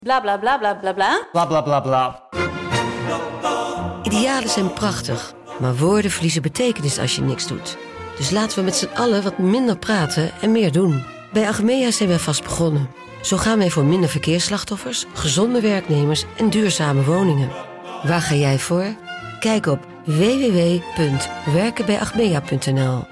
Bla bla bla bla bla bla. Bla bla bla bla. Idealen zijn prachtig, maar woorden verliezen betekenis als je niks doet. Dus laten we met z'n allen wat minder praten en meer doen. Bij Achmea zijn wij vast begonnen. Zo gaan wij voor minder verkeersslachtoffers, gezonde werknemers en duurzame woningen. Waar ga jij voor? Kijk op www.werkenbijachmea.nl.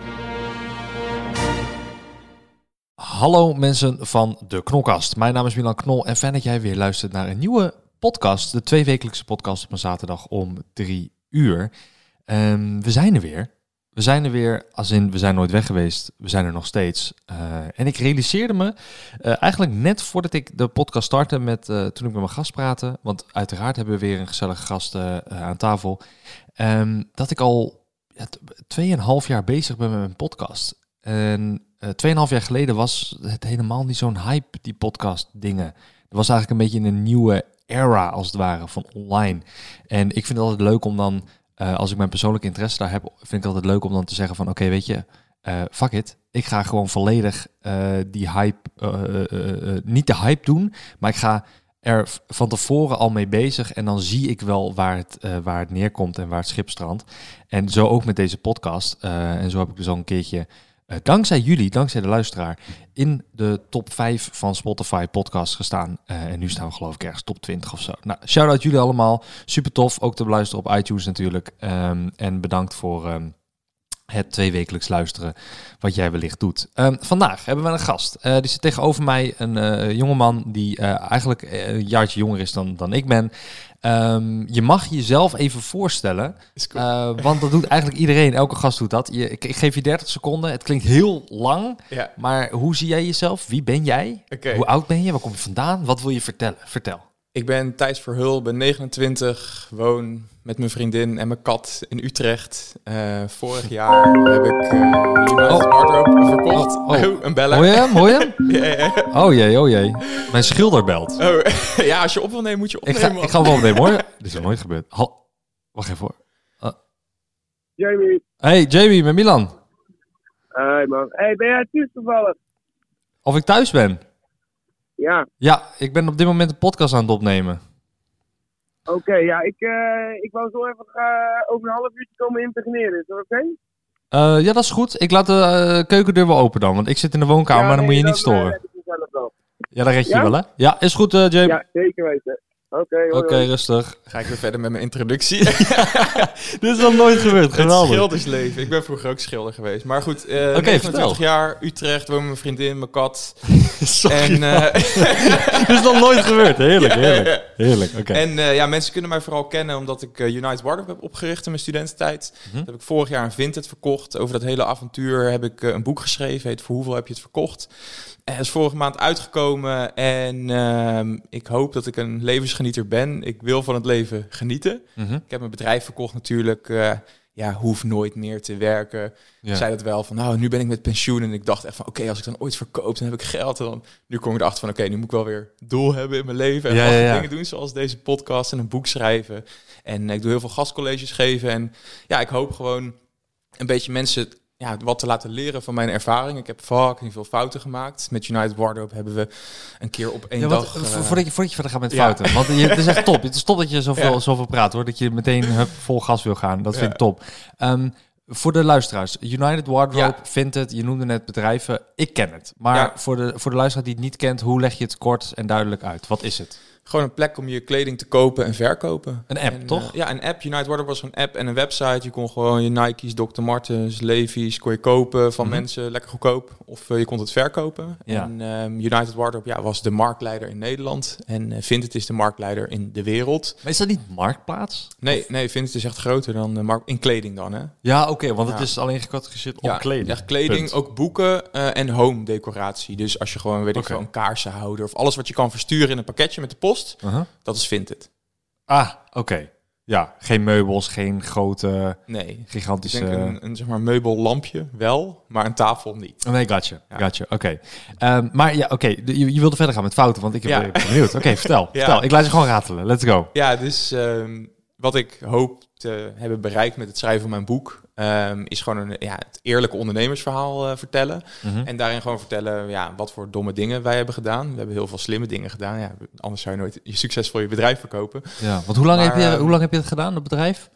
Hallo mensen van de Knolkast. Mijn naam is Milan Knol en fijn dat jij weer luistert naar een nieuwe podcast. De 2-wekelijkse podcast op een zaterdag om 3 uur. We zijn er weer. We zijn er weer, als in we zijn nooit weg geweest. We zijn er nog steeds. En ik realiseerde me eigenlijk net voordat ik de podcast startte toen ik met mijn gast praatte. Want uiteraard hebben we weer een gezellige gast aan tafel. Dat ik al 2,5 jaar bezig ben met mijn podcast. En 2,5 jaar geleden was het helemaal niet zo'n hype, die podcast dingen. Het was eigenlijk een beetje een nieuwe era, als het ware, van online. En ik vind het altijd leuk om dan, als ik mijn persoonlijke interesse daar heb, vind ik het altijd leuk om dan te zeggen van, oké, weet je, fuck it. Ik ga gewoon volledig die hype, niet de hype doen, maar ik ga er van tevoren al mee bezig en dan zie ik wel waar het neerkomt en waar het schip strandt. En zo ook met deze podcast. En zo heb ik dus al een keertje, dankzij jullie, dankzij de luisteraar, in de top 5 van Spotify podcasts gestaan. En nu staan we geloof ik ergens top 20 of zo. Nou, shout-out jullie allemaal. Super tof, ook te beluisteren op iTunes natuurlijk. En bedankt voor het 2-wekelijks luisteren wat jij wellicht doet. Vandaag hebben we een gast. Die zit tegenover mij, een jongeman die eigenlijk een jaartje jonger is dan ik ben. Je mag jezelf even voorstellen, want dat doet eigenlijk iedereen. Elke gast doet dat. Ik geef je 30 seconden. Het klinkt heel lang, ja. Maar hoe zie jij jezelf? Wie ben jij? Okay. Hoe oud ben je? Waar kom je vandaan? Wat wil je vertellen? Vertel. Ik ben Thijs Verhul, ben 29, woon met mijn vriendin en mijn kat in Utrecht. Vorig jaar heb ik United Wardrobe verkocht. Een beller. Hoor je hem? Ja. Oh jee. Mijn schilder belt. Ja, als je op wil nemen, moet je opnemen. Ik ga hem opnemen hoor. Dit is nog nooit gebeurd. Wacht even hoor. Jamie. Hey Jamie, met Milan. Hey man. Hey, ben jij thuis toevallig? Of ik thuis ben? Ja. Ja, ik ben op dit moment een podcast aan het opnemen. Oké, ja, ik wou zo even over een half uurtje komen impregneren. Is dat oké? Ja, dat is goed. Ik laat de keukendeur wel open dan, want ik zit in de woonkamer, maar dan moet je niet storen. Ja, dat red je wel, hè? Ja, is goed, Jamie. Ja, zeker weten. Oké, rustig. Ga ik weer verder met mijn introductie. Dit is nog nooit gebeurd, geweldig. Het schildersleven. Ik ben vroeger ook schilder geweest. Maar goed, 29 jaar, Utrecht, woon met mijn vriendin, mijn kat. Sorry. Dit is nog nooit gebeurd. Heerlijk. Okay. En mensen kunnen mij vooral kennen omdat ik United Wardrobe heb opgericht in mijn studententijd. Dat heb ik vorig jaar een Vinted verkocht. Over dat hele avontuur heb ik een boek geschreven. Heet Voor hoeveel heb je het verkocht? Het is vorige maand uitgekomen en ik hoop dat ik een levensgenieter ben. Ik wil van het leven genieten. Ik heb mijn bedrijf verkocht natuurlijk. Hoef nooit meer te werken. Ik zei dat wel van, nou, nu ben ik met pensioen. En ik dacht echt van, oké, als ik dan ooit verkoop, dan heb ik geld. En dan, nu kom ik erachter van, oké, nu moet ik wel weer doel hebben in mijn leven. En dingen doen, zoals deze podcast en een boek schrijven. En ik doe heel veel gastcolleges geven. En ja, ik hoop gewoon een beetje mensen wat te laten leren van mijn ervaring. Ik heb fucking veel fouten gemaakt. Met United Wardrobe hebben we een keer op één dag... Voordat je verder gaat met fouten. Want het is echt top. Het is top dat je zoveel praat, hoor. Dat je meteen vol gas wil gaan. Dat vind ik top. Voor de luisteraars. United Wardrobe, Vinted, je noemde net bedrijven. Ik ken het. Maar voor de luisteraar die het niet kent, hoe leg je het kort en duidelijk uit? Wat is het? Gewoon een plek om je kleding te kopen en verkopen. Een app, toch? Ja, een app. United Wardrobe was een app en een website. Je kon gewoon je Nike's, Dr. Martens, Levi's kon je kopen van mensen lekker goedkoop. Of je kon het verkopen. Ja. En United Wardrobe was de marktleider in Nederland. En Vinted is de marktleider in de wereld. Maar is dat niet Marktplaats? Nee, Vinted is echt groter dan in kleding dan, hè? Ja, oké, want het is alleen gecategoriseerd op kleding. Ja, kleding, punt. Ook boeken en home decoratie. Dus als je gewoon, een kaarsenhouder of alles wat je kan versturen in een pakketje met de post. Dat is Vinted. Oké. Ja, geen meubels, geen grote, gigantische... Ik denk een zeg maar meubellampje wel, maar een tafel niet. Nee, gotcha. Oké. Maar ja, oké. Je wilde verder gaan met fouten, want ik ben benieuwd. Oké, vertel. Ik laat je gewoon ratelen. Let's go. Ja, dus wat ik hoop te hebben bereikt met het schrijven van mijn boek... is gewoon het eerlijke ondernemersverhaal vertellen. Mhm. En daarin gewoon vertellen wat voor domme dingen wij hebben gedaan. We hebben heel veel slimme dingen gedaan. Ja, anders zou je nooit succesvol je bedrijf verkopen. Ja, want hoe lang heb je het gedaan, dat bedrijf?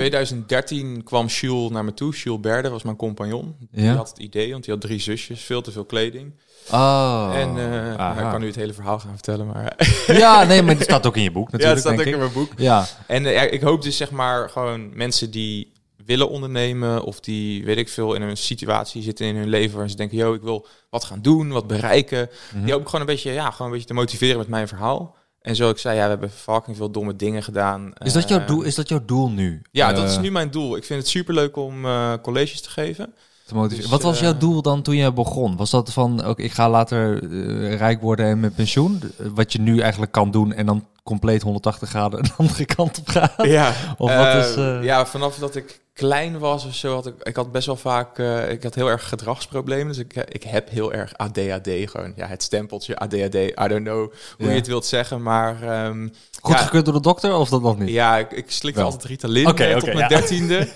2013 kwam Jules naar me toe. Jules Berde was mijn compagnon. Die had het idee, want die had 3 zusjes. Veel te veel kleding. Oh. En ik kan nu het hele verhaal gaan vertellen, maar... Ja, nee, maar het staat ook in je boek natuurlijk. Ja, het staat ook in mijn boek. Ja. En ik hoop dus zeg maar gewoon mensen die willen ondernemen of die, weet ik veel, in een situatie zitten in hun leven waar ze denken, ik wil wat gaan doen, wat bereiken. Die hoop ik gewoon een beetje te motiveren met mijn verhaal. En zoals ik zei, we hebben fucking veel domme dingen gedaan. Is dat jouw doel? Is dat jouw doel nu? Ja, dat is nu mijn doel. Ik vind het superleuk om colleges te geven. Dus, wat was jouw doel dan toen je begon? Was dat van, ik ga later rijk worden en met pensioen? Wat je nu eigenlijk kan doen en dan compleet 180 graden een andere kant op gaat? Ja, of wat is, vanaf dat ik klein was of zo, ik had best wel vaak, ik had heel erg gedragsproblemen. Dus ik heb heel erg ADHD, gewoon het stempeltje ADHD. I don't know hoe je het wilt zeggen, maar... Goedgekeurd door de dokter of dat nog niet? Ja, ik slikte altijd Ritalin tot mijn 13e.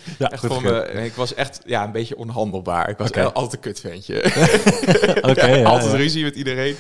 Ik was echt een beetje onhandelbaar. Ik was altijd een kutventje. Altijd ruzie met iedereen.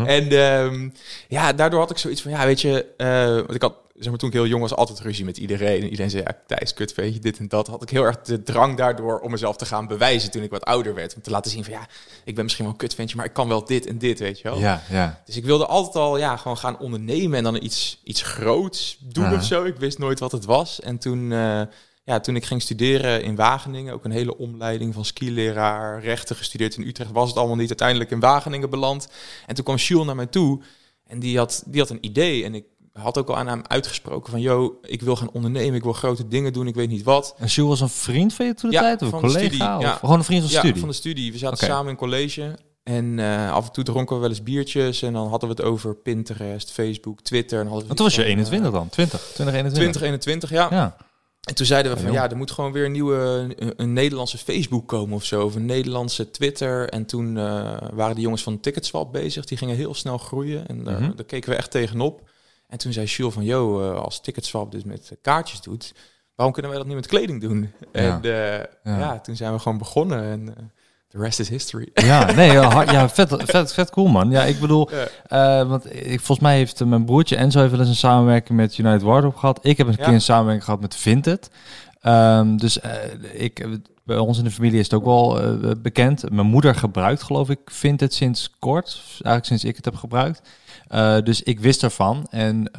En daardoor had ik zoiets van, weet je... want ik had, zeg maar, toen ik heel jong was, altijd ruzie met iedereen. En iedereen zei, Thijs, kutventje, dit en dat. Had ik heel erg de drang daardoor om mezelf te gaan bewijzen toen ik wat ouder werd. Om te laten zien van, ik ben misschien wel een kutventje, maar ik kan wel dit en dit, weet je wel. Ja. Dus ik wilde altijd al gewoon gaan ondernemen en dan iets groots doen of zo. Ik wist nooit wat het was. En toen ik ging studeren in Wageningen, ook een hele omleiding van skileraar, rechten gestudeerd in Utrecht, was het allemaal niet, uiteindelijk in Wageningen beland. En toen kwam Jules naar mij toe en die had een idee. En ik had ook al aan hem uitgesproken van, ik wil gaan ondernemen, ik wil grote dingen doen, ik weet niet wat. En Jules was een vriend van je toen de tijd? Of van een collega? De studie. Of gewoon een vriend van de studie? Ja, van de studie. We zaten samen in college. En af en toe dronken we wel eens biertjes. En dan hadden we het over Pinterest, Facebook, Twitter. En hadden we toen was je 21 dan? 2021? 2021, ja. En toen zeiden we van, er moet gewoon weer een Nederlandse Facebook komen of zo. Of een Nederlandse Twitter. En toen waren de jongens van Ticketswap bezig. Die gingen heel snel groeien. En daar keken we echt tegenop. En toen zei Jules van, als Ticketswap dus met kaartjes doet, waarom kunnen wij dat niet met kleding doen? En toen zijn we gewoon begonnen en the rest is history. Ja, nee, vet cool, man. Ja, ik bedoel, want volgens mij heeft mijn broertje Enzo heeft wel eens een samenwerking met United Wardrobe gehad. Ik heb een keer een samenwerking gehad met Vinted. Bij ons in de familie is het ook wel bekend. Mijn moeder gebruikt, geloof ik, Vinted sinds kort. Eigenlijk sinds ik het heb gebruikt. Dus ik wist ervan. En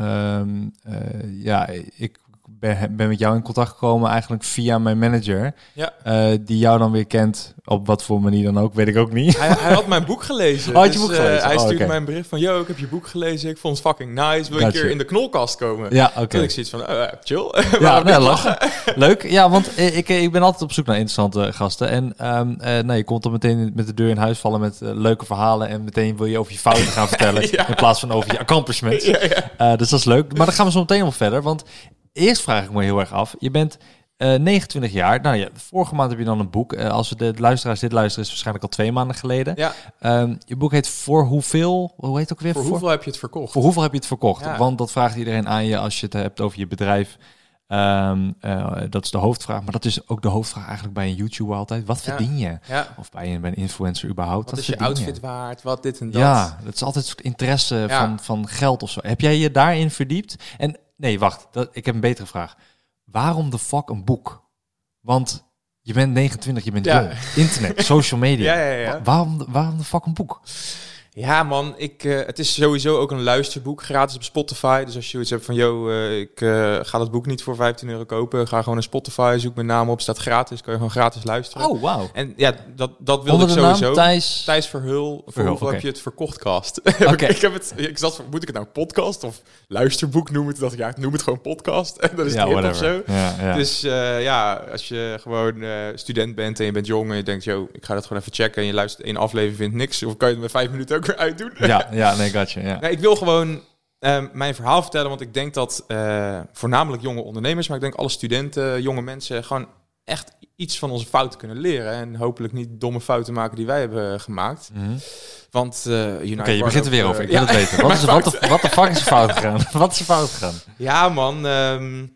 ik ben met jou in contact gekomen eigenlijk via mijn manager. Ja. Die jou dan weer kent. Op wat voor manier dan ook, weet ik ook niet. Hij had mijn boek gelezen. Had je boek gelezen? Hij stuurde mij een bericht van, ik heb je boek gelezen. Ik vond het fucking nice. Wil je een keer in de knolkast komen? Ja, oké. Toen ik zoiets van, chill. Lachen. Leuk. Ja, want ik ben altijd op zoek naar interessante gasten. En je komt dan meteen met de deur in huis vallen met leuke verhalen. En meteen wil je over je fouten gaan vertellen. In plaats van over je accomplishments. Dus dat is leuk. Maar dan gaan we zo meteen nog verder. Want eerst vraag ik me heel erg af. Je bent 29 jaar. Nou ja, vorige maand heb je dan een boek. Als we de luisteraars dit luisteren, is het waarschijnlijk al 2 maanden geleden. Ja. Je boek heet Voor hoeveel? Hoe heet het ook weer? Voor hoeveel heb je het verkocht? Voor hoeveel heb je het verkocht? Ja. Want dat vraagt iedereen aan je als je het hebt over je bedrijf. Dat is de hoofdvraag. Maar dat is ook de hoofdvraag eigenlijk bij een YouTuber altijd. Wat verdien je? Ja. Of bij een influencer überhaupt. Wat is je outfit waard? Wat dit en dat? Ja, dat is altijd een soort interesse van geld of zo. Heb jij je daarin verdiept? En nee, wacht. Ik heb een betere vraag. Waarom de fuck een boek? Want je bent 29, je bent jong. Internet, social media. Ja. Waarom de fuck een boek? Ja, man, het is sowieso ook een luisterboek, gratis op Spotify. Dus als je zoiets hebt van, ik ga dat boek niet voor €15 kopen, ga gewoon naar Spotify, zoek mijn naam op, staat gratis, kan je gewoon gratis luisteren. Oh, wauw. En ja, dat wilde ik sowieso. Naam, Thijs Verhul. Voor hoeveel heb je het verkochtcast? Ik zat, moet ik het nou podcast of luisterboek noemen? Toen dacht ik, noem het gewoon podcast. En dat is het hip of zo. Ja. Dus als je gewoon student bent en je bent jong en je denkt, ik ga dat gewoon even checken en je luistert 1 aflevering, vindt niks, of kan je het met 5 minuten ook weer uitdoen. Gotcha. Ja. Nee, ik wil gewoon mijn verhaal vertellen, want ik denk dat voornamelijk jonge ondernemers, maar ik denk alle studenten, jonge mensen, gewoon echt iets van onze fouten kunnen leren en hopelijk niet domme fouten maken die wij hebben gemaakt. Mm-hmm. Want je begint er weer over. Ik wil het weten. Wat de fuck is er fout gegaan? Wat is er fout gegaan? Ja, man.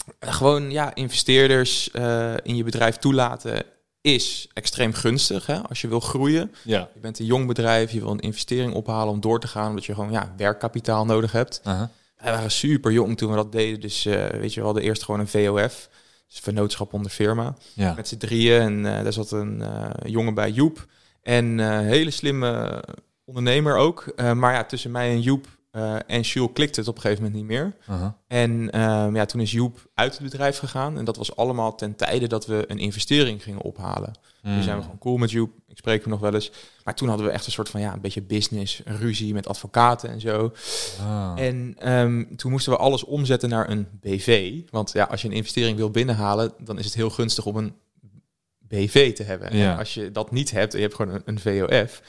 Gewoon investeerders in je bedrijf toelaten is extreem gunstig, hè, als je wil groeien. Ja. Je bent een jong bedrijf, je wil een investering ophalen om door te gaan, omdat je gewoon werkkapitaal nodig hebt. Uh-huh. Wij waren super jong toen we dat deden, dus we hadden eerst gewoon een VOF, dus vennootschap onder firma, met z'n drieën. En daar zat een jongen bij, Joep, en hele slimme ondernemer ook. Maar tussen mij en Joep en Jules klikte het op een gegeven moment niet meer. Uh-huh. En toen is Joep uit het bedrijf gegaan. En dat was allemaal ten tijde dat we een investering gingen ophalen. Dus zijn we gewoon cool met Joep. Ik spreek hem nog wel eens. Maar toen hadden we echt een soort van een beetje business, een ruzie met advocaten en zo. En toen moesten we alles omzetten naar een BV. Want als je een investering wil binnenhalen, dan is het heel gunstig om een BV te hebben. Ja. En als je dat niet hebt en je hebt gewoon een VOF...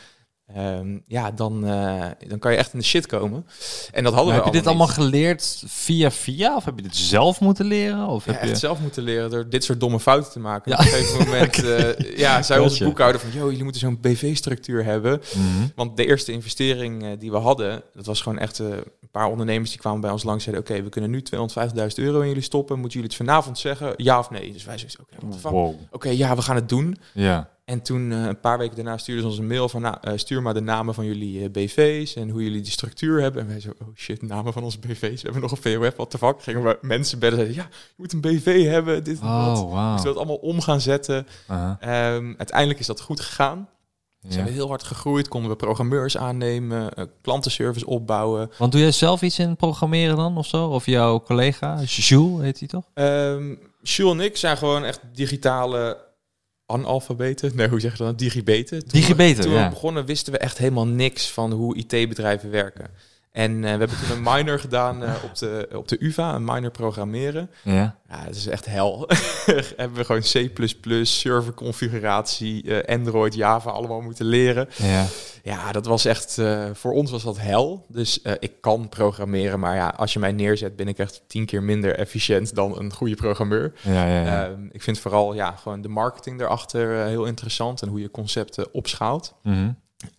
dan kan je echt in de shit komen. En dat hadden we. Heb je dit allemaal allemaal geleerd via? Of heb je dit zelf moeten leren? Of heb je echt zelf moeten leren door dit soort domme fouten te maken? Ja. Op een gegeven moment zei onze boekhouder van... jullie moeten zo'n BV-structuur hebben. Mm-hmm. Want de eerste investering die we hadden... dat was gewoon echt een paar ondernemers die kwamen bij ons langs en zeiden... oké, we kunnen nu €250.000 in jullie stoppen. Moeten jullie het vanavond zeggen? Ja of nee? Dus wij zeiden, oké, we gaan het doen. Ja. En toen, een paar weken daarna, stuurden ze ons een mail van... stuur maar de namen van jullie BV's en hoe jullie die structuur hebben. En wij zo, oh shit, namen van onze BV's. We hebben nog een VOF, what the fuck. Gingen we mensen bellen en zeiden, je moet een BV hebben, dit en dat. Wow. Dus we dat allemaal om gaan zetten. Uh-huh. Uiteindelijk is dat goed gegaan. Zijn we heel hard gegroeid, konden we programmeurs aannemen, klantenservice opbouwen. Want doe jij zelf iets in programmeren dan of zo? Of jouw collega, Jules heet hij toch? Jules en ik zijn gewoon echt digitale... analfabeten? Nee, hoe zeg je dat? Digibeten. Toen we begonnen wisten we echt helemaal niks van hoe IT-bedrijven werken. En we hebben toen een minor gedaan op de UvA, een minor programmeren. Ja, dat is echt hel. Hebben we gewoon C++, serverconfiguratie, Android, Java allemaal moeten leren. Ja, dat was echt, voor ons was dat hel. Dus ik kan programmeren, maar als je mij neerzet ben ik echt 10 keer minder efficiënt dan een goede programmeur. Ik vind vooral gewoon de marketing daarachter heel interessant en hoe je concepten opschaalt. Mm-hmm.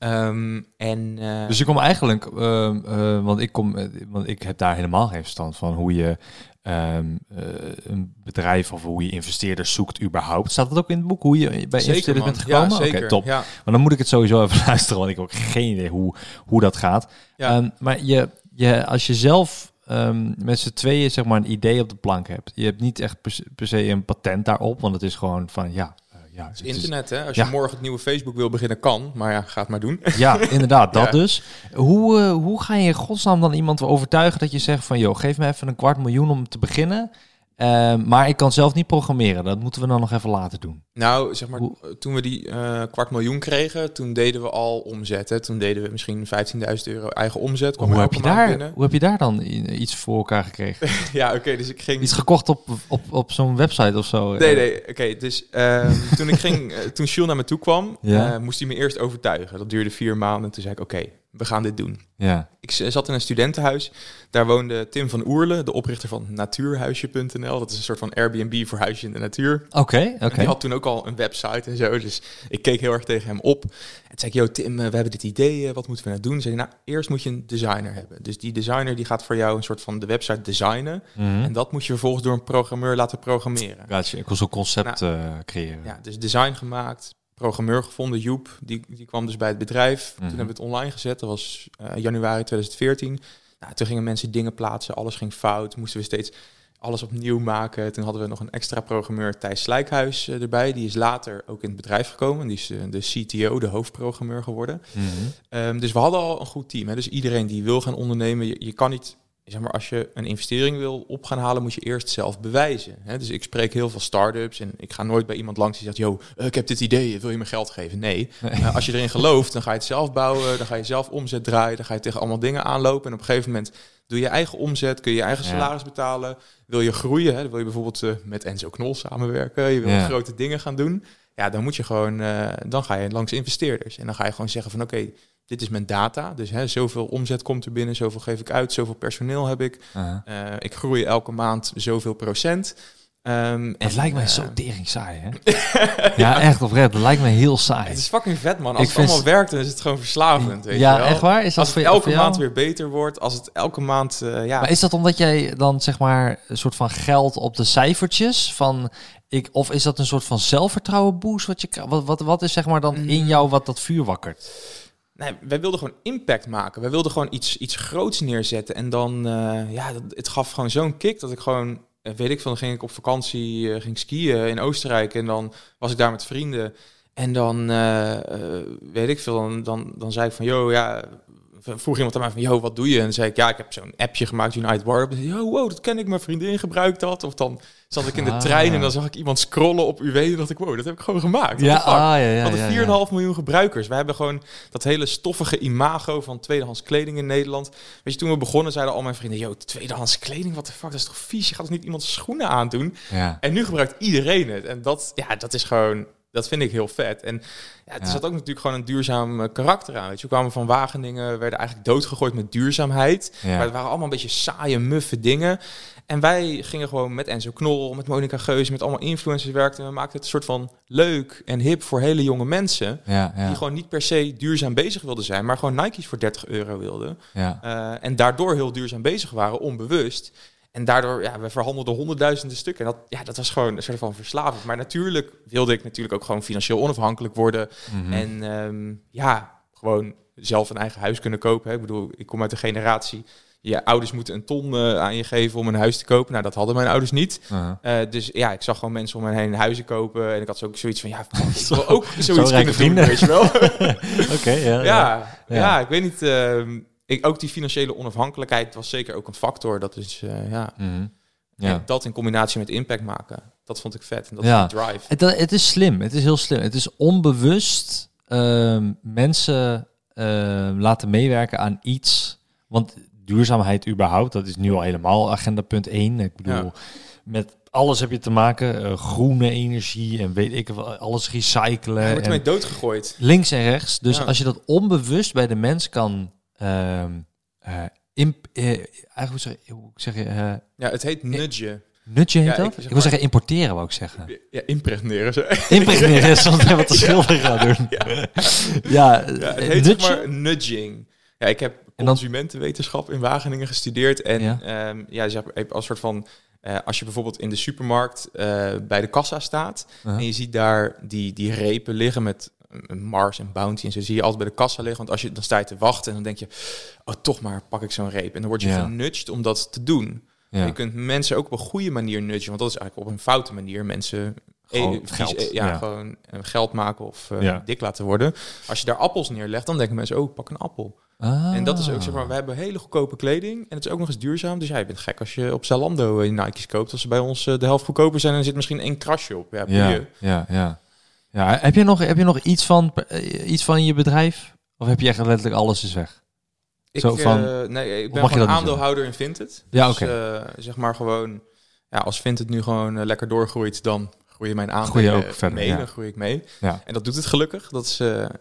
Dus je komt eigenlijk, want ik heb daar helemaal geen verstand van hoe je een bedrijf of hoe je investeerders zoekt überhaupt. Staat dat ook in het boek, hoe je bij investeerders bent gekomen? Ja, zeker. Oké, top. Ja. Maar dan moet ik het sowieso even luisteren, want ik heb ook geen idee hoe dat gaat. Ja. Maar als je zelf met z'n tweeën zeg maar een idee op de plank hebt, je hebt niet echt per se een patent daarop, want het is gewoon van het is internet, hè? Als je morgen het nieuwe Facebook wil beginnen, kan. Maar ga het maar doen. Ja, inderdaad, dat dus. Hoe ga je in godsnaam dan iemand overtuigen dat je zegt van... geef me even $250.000 om te beginnen... maar ik kan zelf niet programmeren. Dat moeten we dan nog even laten doen. Nou, zeg maar, toen we die $250.000 kregen, toen deden we al omzet. Hè. Toen deden we misschien €15.000 eigen omzet. Hoe heb je daar dan iets voor elkaar gekregen? Ja, oké, dus ik ging... Iets gekocht op zo'n website of zo? Nee, oké. Dus toen Jules naar me toe kwam, moest hij me eerst overtuigen. Dat duurde 4 maanden. Toen zei ik, oké, we gaan dit doen. Ja. Ik zat in een studentenhuis. Daar woonde Tim van Oerle, de oprichter van natuurhuisje.nl. Dat is een soort van Airbnb voor huisje in de natuur. Oké. Die had toen ook al een website en zo. Dus ik keek heel erg tegen hem op. En toen zei ik, yo Tim, we hebben dit idee. Wat moeten we nou doen? Zei hij, eerst moet je een designer hebben. Dus die designer die gaat voor jou een soort van de website designen. Mm-hmm. En dat moet je vervolgens door een programmeur laten programmeren. Gotcha. Ik wil zo'n concept creëren. Ja, dus design gemaakt. Programmeur gevonden, Joep, die kwam dus bij het bedrijf. Mm-hmm. Toen hebben we het online gezet, dat was januari 2014. Toen gingen mensen dingen plaatsen, alles ging fout. Moesten we steeds alles opnieuw maken. Toen hadden we nog een extra programmeur, Thijs Slijkhuis, erbij. Die is later ook in het bedrijf gekomen. Die is de CTO, de hoofdprogrammeur geworden. Mm-hmm. Dus we hadden al een goed team. Hè? Dus iedereen die wil gaan ondernemen, je kan niet... Zeg maar, als je een investering wil op gaan halen, moet je eerst zelf bewijzen. Hè? Dus ik spreek heel veel start-ups en ik ga nooit bij iemand langs die zegt, yo, ik heb dit idee, wil je me geld geven? Nee. Als je erin gelooft, dan ga je het zelf bouwen, dan ga je zelf omzet draaien, dan ga je tegen allemaal dingen aanlopen en op een gegeven moment doe je eigen omzet, kun je je eigen salaris betalen. Wil je groeien, hè? Dan wil je bijvoorbeeld met Enzo Knol samenwerken, je wil grote dingen gaan doen. Ja, dan moet je gewoon, dan ga je langs investeerders en dan ga je gewoon zeggen van oké, dit is mijn data, dus zoveel omzet komt er binnen, zoveel geef ik uit, zoveel personeel heb ik. Ik groei elke maand zoveel procent. Het lijkt mij zo tering saai, hè? Ja, echt oprecht. Het lijkt me heel saai. Het is fucking vet, man. Als het allemaal werkt, dan is het gewoon verslavend, weet je ja, wel? echt waar? Is dat als het elke maand weer beter wordt, als het elke maand... Maar is dat omdat jij dan, zeg maar, een soort van geld op de cijfertjes van... of is dat een soort van zelfvertrouwen boost? Wat is, zeg maar, dan in jou wat dat vuur wakkert? Nee, wij wilden gewoon impact maken. Wij wilden gewoon iets groots neerzetten. En dan, het gaf gewoon zo'n kick dat ik gewoon... weet ik veel, dan ging ik op vakantie, ging skiën in Oostenrijk en dan was ik daar met vrienden. En dan, weet ik veel, dan zei ik van, vroeg iemand aan mij van, wat doe je? En dan zei ik, ik heb zo'n appje gemaakt, United Warp. Wow, dat ken ik, mijn vriendin gebruikt dat. Of dan zat ik in de trein en dan zag ik iemand scrollen op UW en dacht ik, wow, dat heb ik gewoon gemaakt. We hadden 4,5 miljoen gebruikers. We hebben gewoon dat hele stoffige imago van tweedehands kleding in Nederland. Weet je, toen we begonnen zeiden al mijn vrienden, tweedehands kleding, what the fuck, dat is toch vies? Je gaat dus niet iemands schoenen aandoen. Ja. En nu gebruikt iedereen het. En dat is gewoon... Dat vind ik heel vet. En er zat ook natuurlijk gewoon een duurzaam karakter aan. Weet je, we kwamen van Wageningen, werden eigenlijk doodgegooid met duurzaamheid. Ja. Maar het waren allemaal een beetje saaie, muffe dingen. En wij gingen gewoon met Enzo Knol, met Monica Geuze, met allemaal influencers werkten. En we maakten het een soort van leuk en hip voor hele jonge mensen. Ja. Die gewoon niet per se duurzaam bezig wilden zijn, maar gewoon Nike's voor €30 wilden. Ja. En daardoor heel duurzaam bezig waren, onbewust. En daardoor, we verhandelden honderdduizenden stukken. En dat was gewoon een soort van verslaving. Maar natuurlijk wilde ik ook gewoon financieel onafhankelijk worden. Mm-hmm. En gewoon zelf een eigen huis kunnen kopen. Hè. Ik bedoel, ik kom uit een generatie... Je ouders moeten een ton aan je geven om een huis te kopen. Nou, dat hadden mijn ouders niet. Uh-huh. Dus ik zag gewoon mensen om me heen huizen kopen. En ik had ook zoiets van, ik wil ook zoiets kunnen doen, weet je wel. Oké, ik weet niet... ook die financiële onafhankelijkheid was zeker ook een factor. Dat is, En dat in combinatie met impact maken. Dat vond ik vet. En dat is de drive. Het is slim. Het is heel slim. Het is onbewust mensen laten meewerken aan iets. Want duurzaamheid überhaupt, dat is nu al helemaal agenda punt 1. Ik bedoel, met alles heb je te maken. Groene energie en weet ik alles recyclen. Je wordt ermee doodgegooid. Links en rechts. Dus als je dat onbewust bij de mens kan... het heet nudgen. Nudgen heet dat? Ik wil zeggen importeren, wou ik zeggen. Ja, impregneren. Impregneren is soms wat de schilder gaat doen. Het heet zeg maar nudging. Ja, ik heb consumentenwetenschap in Wageningen gestudeerd. En je hebt als soort van... als je bijvoorbeeld in de supermarkt bij de kassa staat... en je ziet daar die repen liggen met... Mars en Bounty en zo zie je altijd bij de kassa liggen. Want dan sta je te wachten en dan denk je... toch maar pak ik zo'n reep. En dan word je genudged om dat te doen. Ja. Je kunt mensen ook op een goede manier nudgen. Want dat is eigenlijk op een foute manier mensen... gewoon geld maken of dik laten worden. Als je daar appels neerlegt, dan denken mensen... pak een appel. En dat is ook, zeg maar, we hebben hele goedkope kleding. En het is ook nog eens duurzaam. Dus je bent gek als je op Zalando Nike's koopt. Als ze bij ons de helft goedkoper zijn... dan zit misschien 1 krasje op. Ja, heb je nog iets van je bedrijf? Of heb je echt letterlijk alles is weg? Ik ben gewoon aandeelhouder in Vinted. Ja, oké. Dus zeg maar gewoon... als Vinted nu gewoon lekker doorgroeit... dan groeien mijn aandelen ook verder, mee. Dan groei ik mee. Ja. En dat doet het gelukkig. Dat is,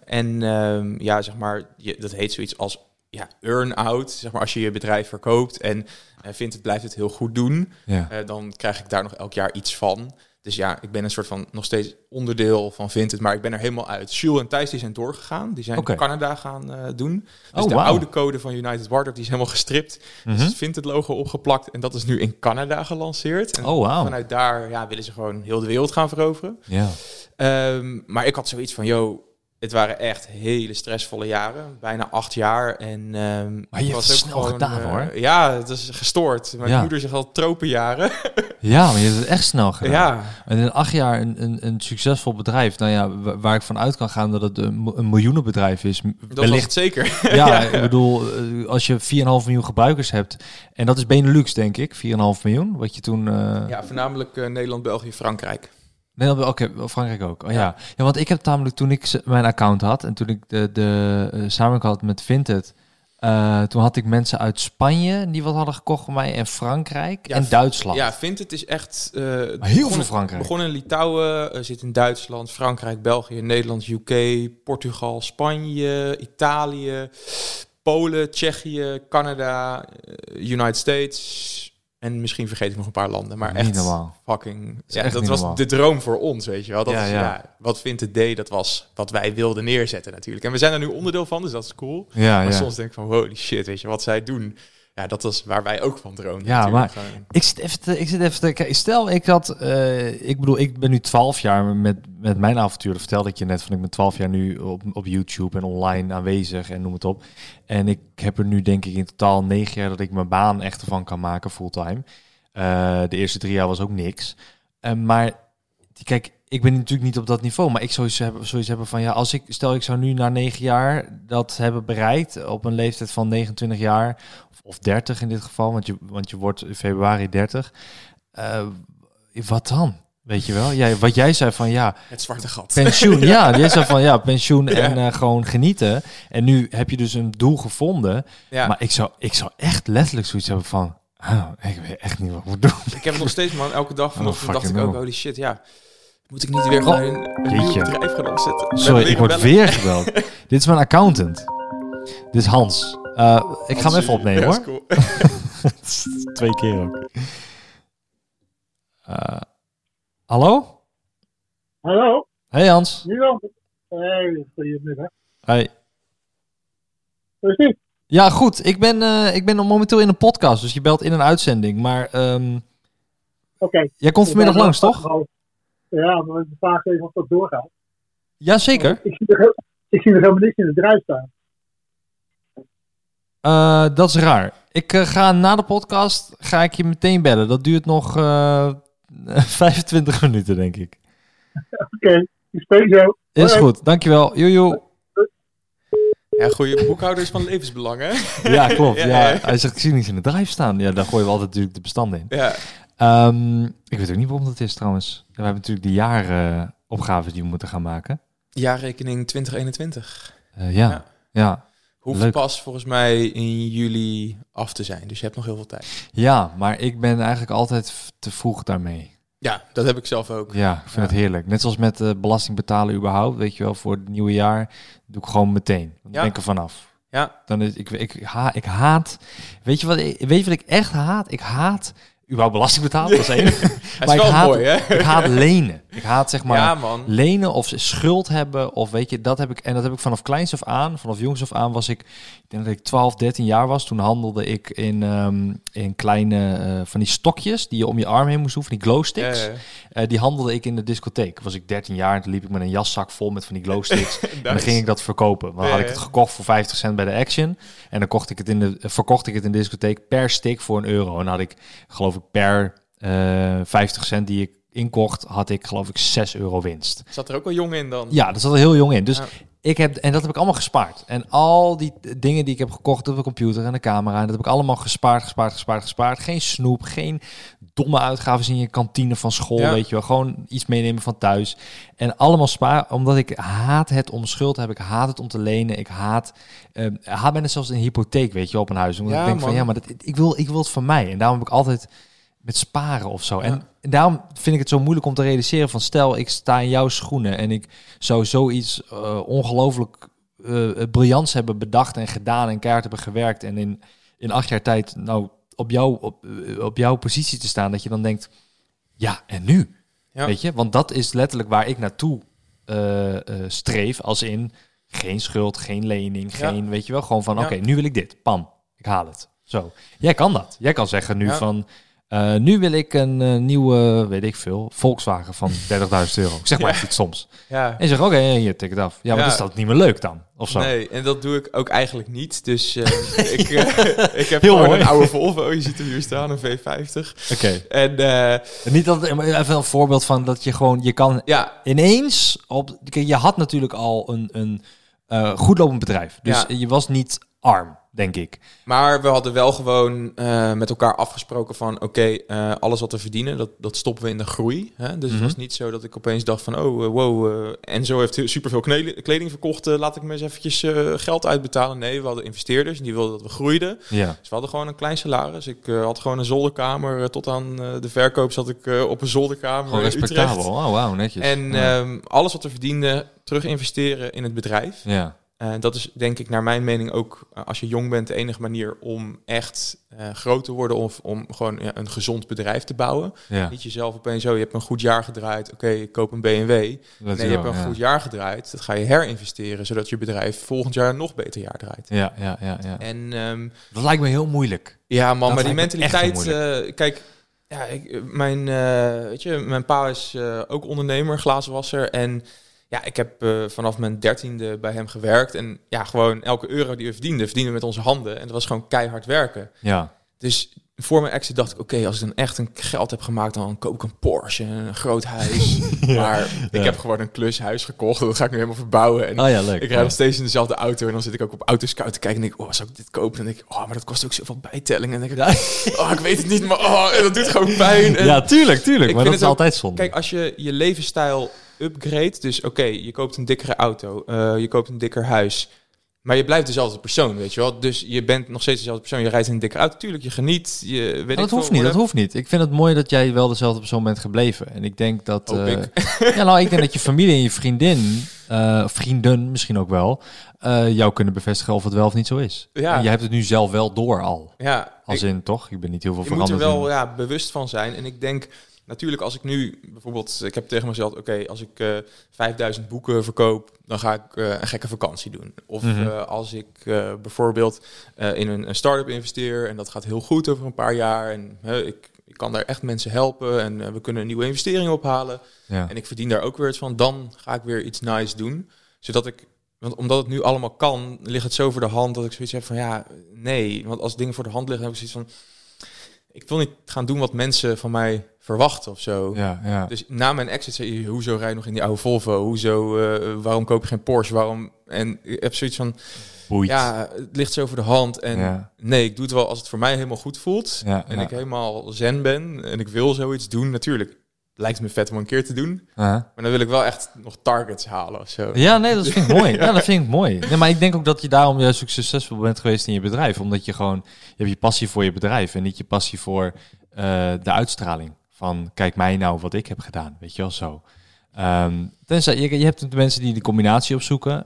zeg maar... dat heet zoiets als earn-out. Zeg maar als je je bedrijf verkoopt... en Vinted blijft het heel goed doen... dan krijg ik daar nog elk jaar iets van... Dus ik ben een soort van nog steeds onderdeel van Vinted, maar ik ben er helemaal uit. Jules en Thijs die zijn doorgegaan, die zijn in Canada gaan doen. Dus de oude code van United Wardrobe die is helemaal gestript. Dus het Vinted logo opgeplakt en dat is nu in Canada gelanceerd. En vanuit daar willen ze gewoon heel de wereld gaan veroveren. Ja. Maar ik had zoiets van, het waren echt hele stressvolle jaren. Bijna 8 jaar. En, maar je was ook snel gewoon, gedaan, hoor. Ja, het is gestoord. Mijn moeder zegt al tropenjaren. Ja, maar je hebt het echt snel gedaan. Ja. En in 8 jaar een succesvol bedrijf. Nou ja, waar ik van uit kan gaan dat het een miljoenenbedrijf is. Dat was het zeker. Ja, ik bedoel, als je 4,5 miljoen gebruikers hebt. En dat is Benelux, denk ik. 4,5 miljoen. Wat je toen... Ja, voornamelijk Nederland, België, Frankrijk. Nee, oké, Frankrijk ook. Oh, ja, want ik heb namelijk toen ik mijn account had en toen ik de samenwerking had met Vinted, toen had ik mensen uit Spanje die wat hadden gekocht voor mij en Frankrijk en Duitsland. Ja, Vinted is echt heel veel Frankrijk. Begonnen in Litouwen, zit in Duitsland, Frankrijk, België, Nederland, UK, Portugal, Spanje, Italië, Polen, Tsjechië, Canada, United States. En misschien vergeet ik nog een paar landen. Maar Niet echt normaal. fucking... is Ja, echt dat niet was normaal. de droom voor ons, weet je wel. Dat Ja, is, ja. wat Vinted D, dat was wat wij wilden neerzetten natuurlijk. En we zijn er nu onderdeel van, dus dat is cool. Ja, Maar ja. soms denk ik van, holy shit, weet je, wat zij doen. Ja, dat is waar wij ook van droomden. Ja, natuurlijk. maar- Gewoon- Ik zit even te kijk, stel, ik ben nu 12 jaar met mijn avontuur. Dat vertelde ik je net, van ik ben 12 jaar nu op YouTube en online aanwezig en noem het op. En ik heb er nu denk ik in totaal 9 jaar dat ik mijn baan echt ervan kan maken, fulltime. De eerste 3 jaar was ook niks. Maar kijk, ik ben natuurlijk niet op dat niveau, maar ik zou zoiets hebben van, ja, als ik zou nu na 9 jaar dat hebben bereikt op een leeftijd van 29 jaar of 30 in dit geval, want je wordt in februari 30. Wat dan? Weet je wel? Wat jij zei van, ja, Het zwarte gat. pensioen. Ja, jij zei van, ja, pensioen Ja. en gewoon genieten. En nu heb je dus een doel gevonden. Ja. Maar ik zou echt letterlijk zoiets hebben van, ik weet echt niet wat ik moet doen. Ik heb het nog steeds, man. Elke dag vanochtend dacht ik fucking ook, no. holy shit, ja. Moet ik niet weer gewoon een nieuw jeetje. bedrijf gaan opzetten? We Sorry, hebben ik word bellen. weer gebeld. Dit is mijn accountant. Dit is Hans. Ik ga hem even opnemen, Ja, hoor. is cool. 2 keer ook. Hallo? Hallo, Hey Hans. Milan. Hey, goedemiddag. Hey. Hoe is het? Ja, goed. Ik ben momenteel in een podcast, dus je belt in een uitzending. Maar Oké. jij komt vanmiddag langs, toch? Ja, maar de vraag is even of dat doorgaat. Jazeker. Ik zie er helemaal niks in het bedrijf staan. Dat is raar. Ik ga na de podcast ga ik je meteen bellen. Dat duurt nog 25 minuten, denk ik. Oké, ik spreek zo. Is Hoi. goed. Dankjewel. Joejoe. Ja, goede boekhouder is van levensbelang, hè? Ja, klopt. Ja, Ja, ja. hij zegt, ik zie niks in het bedrijf staan. Ja, daar gooien we altijd natuurlijk de bestanden in. Ja. Ik weet ook niet waarom dat is trouwens. We hebben natuurlijk de jaaropgaves die we moeten gaan maken. Jaarrekening 2021. Ja. Hoeft Leuk. pas volgens mij in juli af te zijn. Dus je hebt nog heel veel tijd. Ja, maar ik ben eigenlijk altijd te vroeg daarmee. Ja, dat heb ik zelf ook. Ja, ik vind het heerlijk. Net zoals met belasting betalen überhaupt, weet je wel, voor het nieuwe jaar, doe ik gewoon meteen. Dan ben ik er vanaf. Ja. Dan is, ik haat, weet je wat ik echt haat? Ik haat überhaupt belasting betalen, dat is één. Het is wel mooi, hè? Ik haat lenen. Ik haat zeg maar Ja, man. lenen of schuld hebben of weet je, dat heb ik vanaf kleins af aan, vanaf jongs af aan was ik denk dat ik 12, 13 jaar was. Toen handelde ik in kleine van die stokjes die je om je arm heen moest doen, van die glowsticks. Ja. Die handelde ik in de discotheek. Was ik 13 jaar en toen liep ik met een jaszak vol met van die glowsticks. En dan ging ik dat verkopen. Dan had ik het gekocht voor 50 cent bij de Action. En dan verkocht ik het in de discotheek per stick voor €1. En dan had ik, geloof ik, per 50 cent die ik inkocht, had ik geloof ik €6 winst. Zat er ook wel jong in dan? Ja, dat zat er heel jong in. Dus Ja. dat heb ik allemaal gespaard. En al die dingen die ik heb gekocht op de computer en de camera, dat heb ik allemaal gespaard. Geen snoep, geen domme uitgaven in je kantine van school, Ja. weet je wel. Gewoon iets meenemen van thuis. En allemaal sparen, omdat ik haat het om schuld te hebben. Ik haat het om te lenen. Ik haat bijna zelfs een hypotheek, weet je wel, op een huis. Omdat Ja, ik denk van, man. ja, maar ik wil het van mij. En daarom heb ik altijd met sparen of zo. En daarom vind ik het zo moeilijk om te realiseren van, stel, ik sta in jouw schoenen en ik zou zoiets ongelooflijk briljants hebben bedacht en gedaan en keihard hebben gewerkt en in 8 jaar tijd nou op jouw positie te staan, dat je dan denkt, ja, en nu? Ja. Weet je? Want dat is letterlijk waar ik naartoe streef, als in geen schuld, geen lening, geen, weet je wel, gewoon van, Ja. oké, nu wil ik dit, pam, ik haal het. Zo. Jij kan dat. Jij kan zeggen nu van, nu wil ik een nieuwe, weet ik veel, Volkswagen van €30.000. Ik zeg maar iets soms. Ja. En je zegt, oké, hier, tik het af. Ja, maar Ja. dat is dat niet meer leuk dan? Of zo? Nee, en dat doe ik ook eigenlijk niet. Dus ik heb Heel gewoon mooi. een oude Volvo. Je ziet hem hier staan, een V50. Oké. En Niet dat, even een voorbeeld van dat je gewoon, je kan ja, ineens kijk, je had natuurlijk al een goed lopend bedrijf. Dus Ja. je was niet arm, denk ik. maar we hadden wel gewoon met elkaar afgesproken van, oké, alles wat we verdienen, dat stoppen we in de groei. Hè? Dus het was niet zo dat ik opeens dacht van, Enzo heeft superveel kleding verkocht, laat ik me eens eventjes geld uitbetalen. Nee, we hadden investeerders en die wilden dat we groeiden. Ja. Dus we hadden gewoon een klein salaris. Ik had gewoon een zolderkamer. Tot aan de verkoop zat ik op een zolderkamer Gewoon in respectabel. Utrecht. Oh, wauw, netjes. En ja. alles wat we verdienden, terug investeren in het bedrijf. Ja. Dat is denk ik naar mijn mening ook, als je jong bent, de enige manier om echt groot te worden of om gewoon een gezond bedrijf te bouwen. Ja. Niet jezelf opeens zo, je hebt een goed jaar gedraaid, oké, ik koop een BMW. Nee, je hebt een goed jaar gedraaid, dat ga je herinvesteren, zodat je bedrijf volgend jaar een nog beter jaar draait. Ja. En dat lijkt me heel moeilijk. ja, man, Dat maar die lijkt me echt mentaliteit, kijk, ja, mijn pa is ook ondernemer, glazenwasser. En ja, ik heb vanaf mijn 13e bij hem gewerkt. En ja, gewoon elke euro die we verdienden we met onze handen. En dat was gewoon keihard werken. Ja. Dus voor mijn exit dacht ik, oké, als ik dan echt een geld heb gemaakt, dan koop ik een Porsche, een groot huis. Maar ik heb gewoon een klushuis gekocht. Dat ga ik nu helemaal verbouwen. En Leuk. ik rijd nog steeds in dezelfde auto. En dan zit ik ook op Autoscout te kijken en denk ik, zou ik dit kopen? En dan denk ik, maar dat kost ook zoveel bijtelling. En dan denk ik, ik weet het niet, maar dat doet gewoon pijn. En ja, tuurlijk. Maar dat is ook altijd zonde. Kijk, als je je levensstijl upgrade, dus oké, je koopt een dikkere auto, je koopt een dikker huis, maar je blijft dezelfde persoon, weet je wel. Dus je bent nog steeds dezelfde persoon. Je rijdt in een dikke auto, tuurlijk, je geniet. Dat hoeft niet. Ik vind het mooi dat jij wel dezelfde persoon bent gebleven. En ik denk dat... ik denk dat je familie en je vrienden misschien ook wel, jou kunnen bevestigen of het wel of niet zo is. Ja. En jij hebt het nu zelf wel door al. Ja. Toch? Ik ben niet heel veel je veranderd. Je moet er wel bewust van zijn. En ik denk... Natuurlijk, als ik nu bijvoorbeeld... Ik heb tegen mezelf, als ik 5000 boeken verkoop, dan ga ik een gekke vakantie doen. Of als ik bijvoorbeeld in een start-up investeer en dat gaat heel goed over een paar jaar en ik kan daar echt mensen helpen en we kunnen een nieuwe investering ophalen. Ja. En ik verdien daar ook weer iets van. Dan ga ik weer iets nice doen. Zodat ik... Want omdat het nu allemaal kan, ligt het zo voor de hand dat ik zoiets heb van nee. Want als dingen voor de hand liggen, heb ik zoiets van... Ik wil niet gaan doen wat mensen van mij verwachten of zo. Ja. Dus na mijn exit zei je, hoezo rij je nog in die oude Volvo? Hoezo, waarom koop je geen Porsche? Waarom? En ik heb zoiets van, boeit. Ja, het ligt zo voor de hand. En nee, ik doe het wel als het voor mij helemaal goed voelt. En ik helemaal zen ben en ik wil zoiets doen. Natuurlijk, lijkt me vet om een keer te doen. Maar dan wil ik wel echt nog targets halen of zo. Ja, nee, dat vind ik mooi. Ja, dat vind ik mooi. Nee, maar ik denk ook dat je daarom juist ook succesvol bent geweest in je bedrijf. Omdat je gewoon... Je hebt je passie voor je bedrijf en niet je passie voor de uitstraling. Van, kijk mij nou wat ik heb gedaan. Weet je wel, zo. Tenzij, je hebt de mensen die de combinatie opzoeken.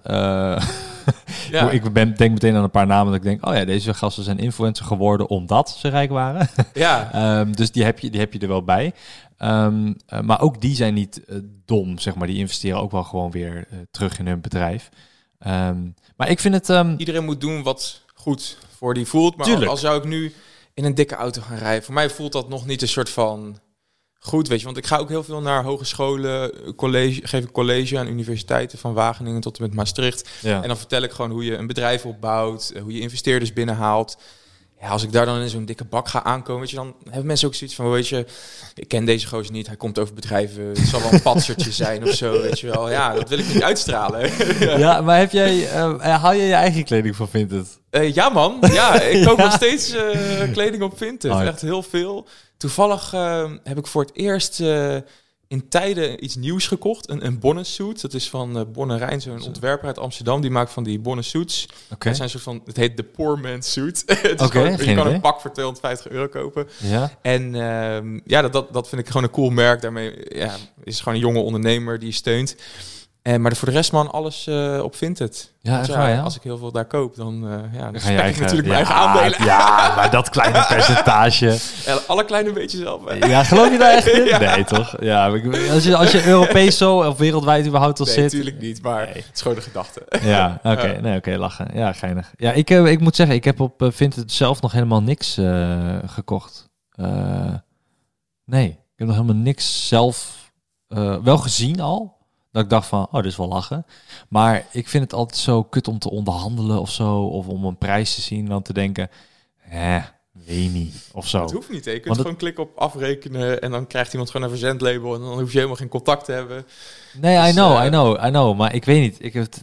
Ik denk meteen aan een paar namen dat ik denk... deze gasten zijn influencer geworden omdat ze rijk waren. Dus die heb je er wel bij. Maar ook die zijn niet dom, zeg maar. Die investeren ook wel gewoon weer terug in hun bedrijf. Maar ik vind het... Iedereen moet doen wat goed voor die voelt. Maar als zou ik nu in een dikke auto gaan rijden... Voor mij voelt dat nog niet een soort van... Goed, weet je, want ik ga ook heel veel naar hogescholen, geef ik college aan universiteiten van Wageningen tot en met Maastricht. Ja. En dan vertel ik gewoon hoe je een bedrijf opbouwt, hoe je investeerders binnenhaalt. Ja, als ik daar dan in zo'n dikke bak ga aankomen, weet je, dan hebben mensen ook zoiets van, weet je, ik ken deze gozer niet, hij komt over bedrijven, het zal wel een patsertje zijn of zo, weet je wel. Ja, dat wil ik niet uitstralen. Ja, maar heb jij, haal je eigen kleding van Vinted? Ja man, ja, ik koop nog steeds kleding op Vinted, echt heel veel. Toevallig heb ik voor het eerst in tijden iets nieuws gekocht. Een bonnensuit. Dat is van Bonne Rijn, zo'n ontwerper uit Amsterdam. Die maakt van die bonnensuits. Dat zijn soort van, het heet de Poor Man's Suit. Je kan een pak voor €250 kopen. Ja. En dat vind ik gewoon een cool merk. Daarmee is gewoon een jonge ondernemer die je steunt. Maar voor de rest, man, alles op Vinted. Als ik heel veel daar koop, dan spek ik natuurlijk mijn eigen aandelen. Ja, maar dat kleine percentage. Alle kleine beetje zelf. Ja, geloof je daar echt in? Nee, toch? Ja, als je Europees zo of wereldwijd überhaupt al zit. Nee, natuurlijk niet, maar het is gewoon de gedachte. Ja, oké, lachen. Ja, geinig. Ja, ik moet zeggen, ik heb op Vinted zelf nog helemaal niks gekocht. Nee, ik heb nog helemaal niks zelf wel gezien al. Dat ik dacht van, dit is wel lachen. Maar ik vind het altijd zo kut om te onderhandelen of zo. Of om een prijs te zien dan te denken, weet niet, of zo. Het hoeft niet, hè. Je kunt gewoon klikken op afrekenen en dan krijgt iemand gewoon een verzendlabel en dan hoef je helemaal geen contact te hebben. Nee, dus, I know. Maar ik weet niet.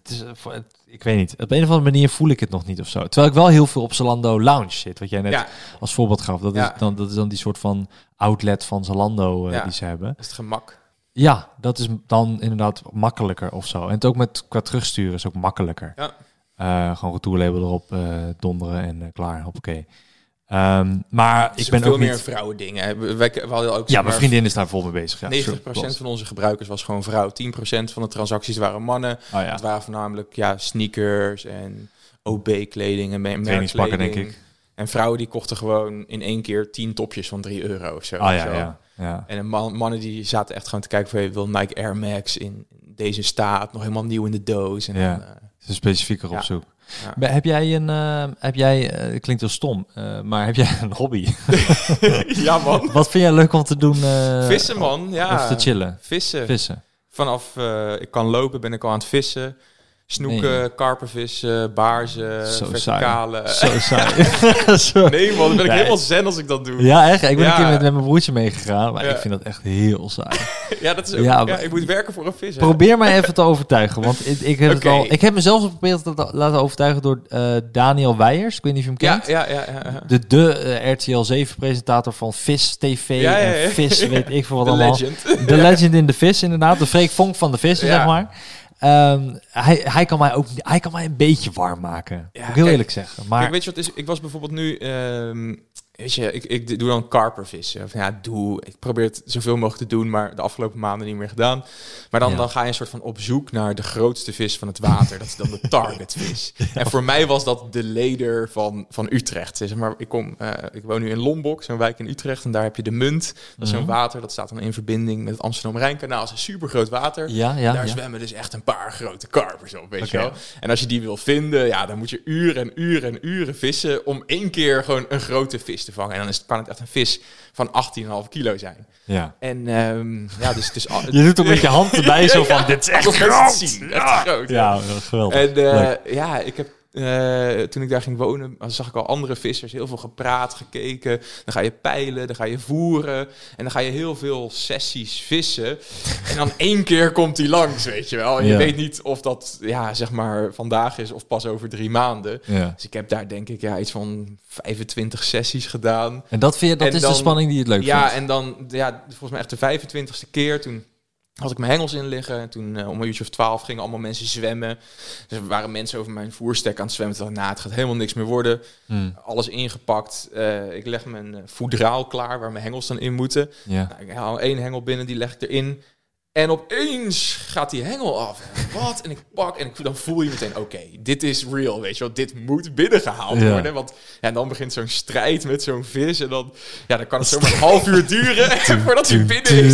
Ik weet niet. Op een of andere manier voel ik het nog niet of zo. Terwijl ik wel heel veel op Zalando Lounge zit, wat jij net als voorbeeld gaf. Dat is dan die soort van outlet van Zalando die ze hebben. Dat is het gemak. Ja, dat is dan inderdaad makkelijker of zo. En het ook qua terugsturen is ook makkelijker. Ja. Gewoon retourlabel erop, donderen en klaar, hoppakee. Maar ik ben veel ook meer niet... een vrouwendingen. We hadden ook, Ja, mijn vriendin is daar vol mee bezig. Ja, 90% van onze gebruikers was gewoon vrouw. 10% van de transacties waren mannen. Oh, ja. Het waren voornamelijk sneakers en OB-kleding en Trainingspakken, merkkleding. denk ik. En vrouwen die kochten gewoon in één keer 10 topjes van €3 of zo. Ja. En mannen die zaten echt gewoon te kijken van... wil Nike Air Max in deze staat, nog helemaal nieuw in de doos. En Ja. dan, Ze specifieker op zoek. Ja. Heb jij het klinkt heel stom, maar heb jij een hobby? Ja, man. Wat vind jij leuk om te doen? Vissen, man. Ja. Of te chillen? Vissen. Vanaf ik kan lopen, ben ik al aan het vissen. Snoeken, karpervissen, baarzen, Zo verticale. Zo saai. Nee, man, dan ben ik helemaal zen als ik dat doe. Ja, echt? Ik ben een keer met mijn broertje meegegaan, maar Ja. ik vind dat echt heel saai. Ja, dat is ook. Ja, Ja, ik moet werken voor een vis. Hè? Probeer mij even te overtuigen, want ik heb Oké. het al... Ik heb mezelf geprobeerd te laten overtuigen door Daniel Weijers. Ik weet niet of je hem kent. Ja. De RTL 7-presentator van Vis TV Ja. en Vis, weet ik veel wat De allemaal. legend. De legend in de vis, inderdaad. De Freek Vonk van de vissen, Ja. zeg maar. Hij kan mij een beetje warm maken. Ja, Moet ik heel kijk, eerlijk zeggen. Maar Kijk, weet je wat is? Ik was bijvoorbeeld nu... weet je, ik doe dan karpervissen. Of ik probeer het zoveel mogelijk te doen, maar de afgelopen maanden niet meer gedaan. Maar dan ga je een soort van op zoek naar de grootste vis van het water. Dat is dan de targetvis. En voor mij was dat de leder van Utrecht. Zeg maar, ik woon nu in Lombok, zo'n wijk in Utrecht. En daar heb je de Munt. Dat is zo'n water, dat staat dan in verbinding met het Amsterdam-Rijnkanaal. Dat is een supergroot water. Daar zwemmen dus echt een paar grote karpers op, weet je wel. En als je die wil vinden, dan moet je uren en uren vissen om 1 keer gewoon een grote vis te vangen. En dan kan het echt een vis van 18,5 kilo zijn. ja. En dus het is... Je doet ook met je hand erbij zo van, dit is echt Alsof mensen groot. het zien. Echt groot. Ja, dat is geweldig. En ik heb... toen ik daar ging wonen, zag ik al andere vissers, heel veel gepraat, gekeken. Dan ga je peilen, dan ga je voeren en dan ga je heel veel sessies vissen. En dan 1 keer komt hij langs, weet je wel. En je weet niet of dat zeg maar vandaag is of pas over 3 maanden. Ja. Dus ik heb daar denk ik iets van 25 sessies gedaan. En dat is dan, de spanning die je het leuk vindt? Ja, en dan volgens mij echt de 25ste keer toen had ik mijn hengels in liggen. En toen om een uurtje of 12 gingen allemaal mensen zwemmen. Dus er waren mensen over mijn voerstek aan het zwemmen. Toen dacht ik, het gaat helemaal niks meer worden. Alles ingepakt. Ik leg mijn voedraal klaar waar mijn hengels dan in moeten. Ja. Nou, ik haal 1 hengel binnen, die leg ik erin. En opeens gaat die hengel af. Wat? En ik pak en dan voel je meteen, oké, dit is real, weet je wel. Dit moet binnengehaald worden. Want dan begint zo'n strijd met zo'n vis. En dan kan het zomaar een half uur duren voordat hij binnen is.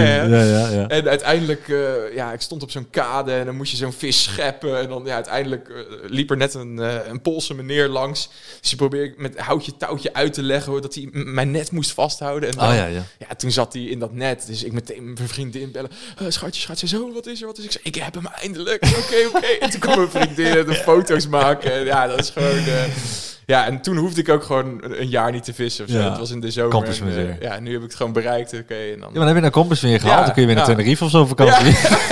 Ja. En uiteindelijk, ik stond op zo'n kade en dan moest je zo'n vis scheppen. En dan uiteindelijk liep er net een Poolse meneer langs. Dus je probeerde met houtje touwtje uit te leggen dat hij mijn net moest vasthouden. En dan, toen zat hij in dat net. Dus ik meteen mijn vriendin bellen. Schatje, zo, wat is er? Ik zei, ik heb hem eindelijk. Oké. En toen kwam mijn vriendin de foto's maken. En dat is gewoon... en toen hoefde ik ook gewoon een jaar niet te vissen of zo. Het was in de zomer. En, nu heb ik het gewoon bereikt. En dan... Ja, maar dan heb je een compass weer gehaald. Dan kun je weer naar Tenerife of zo vakantie.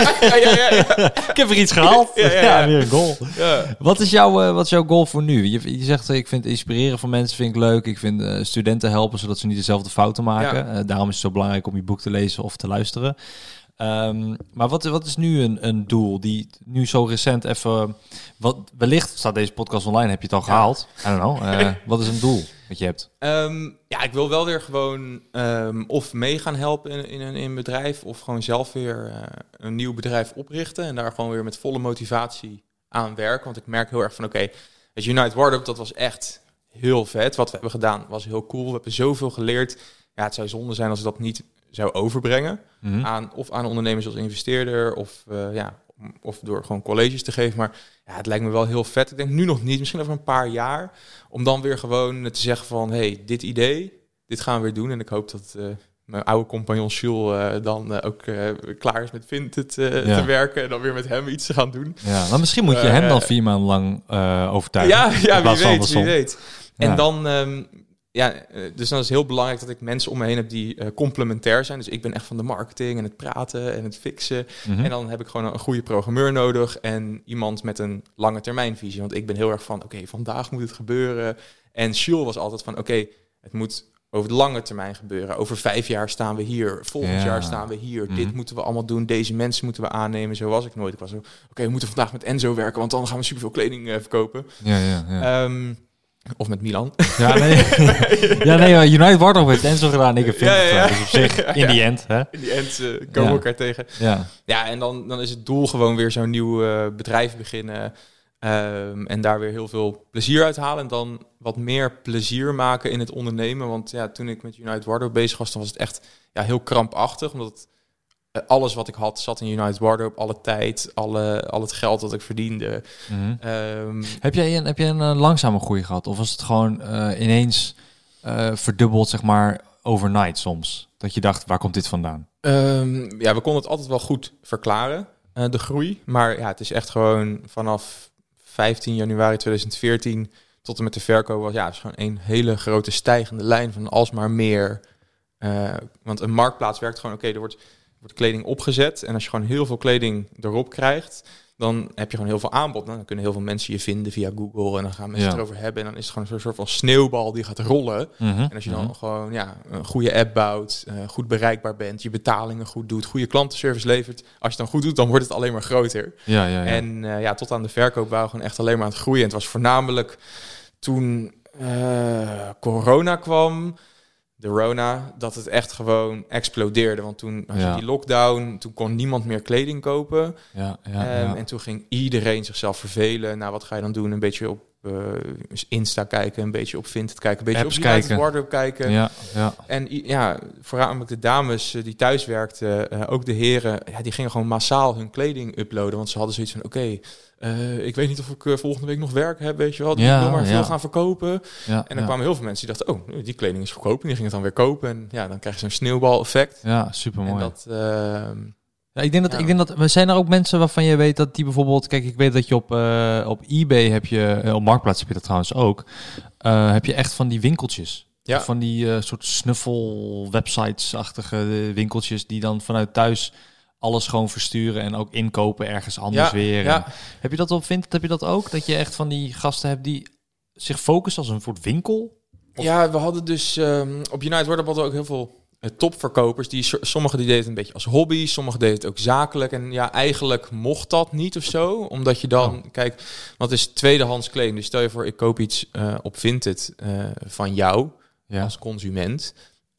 Ik heb er iets gehaald. Ja, weer een goal. Ja. Wat is jouw goal voor nu? Je zegt, ik vind inspireren van mensen vind ik leuk. Ik vind studenten helpen, zodat ze niet dezelfde fouten maken. Ja. Daarom is het zo belangrijk om je boek te lezen of te luisteren. Maar wat is nu een doel die nu zo recent even... wellicht staat deze podcast online, heb je het al gehaald. I don't know. Wat is een doel wat je hebt? Ik wil wel weer gewoon of mee gaan helpen in een bedrijf... of gewoon zelf weer een nieuw bedrijf oprichten... en daar gewoon weer met volle motivatie aan werken. Want ik merk heel erg van, het Unite Wardrobe, dat was echt heel vet. Wat we hebben gedaan was heel cool. We hebben zoveel geleerd. Ja, het zou zonde zijn als ik dat niet zou overbrengen... aan ondernemers als investeerder of door gewoon colleges te geven. Maar het lijkt me wel heel vet. Ik denk nu nog niet, misschien over een paar jaar, om dan weer gewoon te zeggen van, dit idee, dit gaan we weer doen. En ik hoop dat mijn oude compagnon Jules dan ook klaar is met Vinted te werken en dan weer met hem iets te gaan doen. Ja, maar misschien moet je hem dan 4 maanden lang overtuigen. Wie weet. Ja. En dan... dus dan is het heel belangrijk dat ik mensen om me heen heb die complementair zijn. Dus ik ben echt van de marketing en het praten en het fixen. En dan heb ik gewoon een goede programmeur nodig en iemand met een lange termijnvisie. Want ik ben heel erg van, vandaag moet het gebeuren. En Jules was altijd van, het moet over de lange termijn gebeuren. Over 5 jaar staan we hier. Volgend jaar staan we hier. Dit moeten we allemaal doen. Deze mensen moeten we aannemen. Zo was ik nooit. Ik was zo, we moeten vandaag met Enzo werken, want dan gaan we superveel kleding verkopen. Of met Milan. Ja, nee. United Wardrobe heeft Enzo gedaan. Ik heb Vinted gedaan. Dus op zich, in die end. Hè? In die end komen we elkaar tegen. Ja, en dan is het doel gewoon weer zo'n nieuw bedrijf beginnen. En daar weer heel veel plezier uit halen. En dan wat meer plezier maken in het ondernemen. Want ja, toen ik met United Wardrobe bezig was, dan was het echt heel krampachtig. Omdat alles wat ik had zat in United Wardrobe. Alle tijd, al het geld dat ik verdiende. Mm-hmm. Heb jij een langzame groei gehad? Of was het gewoon ineens verdubbeld, zeg maar, overnight soms? Dat je dacht, waar komt dit vandaan? We konden het altijd wel goed verklaren, de groei. Maar ja, het is echt gewoon vanaf 15 januari 2014 tot en met de verkoop was het is gewoon een hele grote stijgende lijn van alsmaar meer. Want een marktplaats werkt gewoon, er wordt kleding opgezet. En als je gewoon heel veel kleding erop krijgt, dan heb je gewoon heel veel aanbod. Dan kunnen heel veel mensen je vinden via Google en dan gaan mensen het erover hebben. En dan is het gewoon een soort van sneeuwbal die gaat rollen. Mm-hmm. En als je dan gewoon een goede app bouwt, goed bereikbaar bent, je betalingen goed doet, goede klantenservice levert. Als je het dan goed doet, dan wordt het alleen maar groter. Ja. En tot aan de verkoop waren we gewoon echt alleen maar aan het groeien. En het was voornamelijk toen corona kwam, de Rona, dat het echt gewoon explodeerde. Want toen had je die lockdown, toen kon niemand meer kleding kopen. En toen ging iedereen zichzelf vervelen. Nou, wat ga je dan doen? Een beetje op Insta kijken, een beetje op Vinted kijken, een beetje apps op United kijken. Wardrobe kijken. En voornamelijk de dames die thuis werkten, ook de heren, die gingen gewoon massaal hun kleding uploaden. Want ze hadden zoiets van, ik weet niet of ik volgende week nog werk heb, weet je wel. Die wil maar veel gaan verkopen. En dan kwamen heel veel mensen die dachten, die kleding is goedkoop. En die gingen het dan weer kopen. En dan krijg je zo'n sneeuwbal-effect. Ja, supermooi. En dat... ik denk dat we zijn er ook mensen waarvan je weet dat die bijvoorbeeld, kijk, ik weet dat je op eBay heb je, op Marktplaats heb je dat trouwens ook, heb je echt van die winkeltjes. Ja. Van die soort snuffel websites-achtige winkeltjes die dan vanuit thuis alles gewoon versturen en ook inkopen ergens anders weer. Ja. Heb je dat op Vinted? Heb je dat ook? Dat je echt van die gasten hebt die zich focussen als een soort winkel? Of? Ja, we hadden dus op United Wardrobe hadden we ook heel veel topverkopers. Sommigen die deden het een beetje als hobby, sommigen deden het ook zakelijk. En eigenlijk mocht dat niet of zo. Omdat je dan, kijk, want het is tweedehands kleding. Dus stel je voor, ik koop iets op Vinted van jou als consument.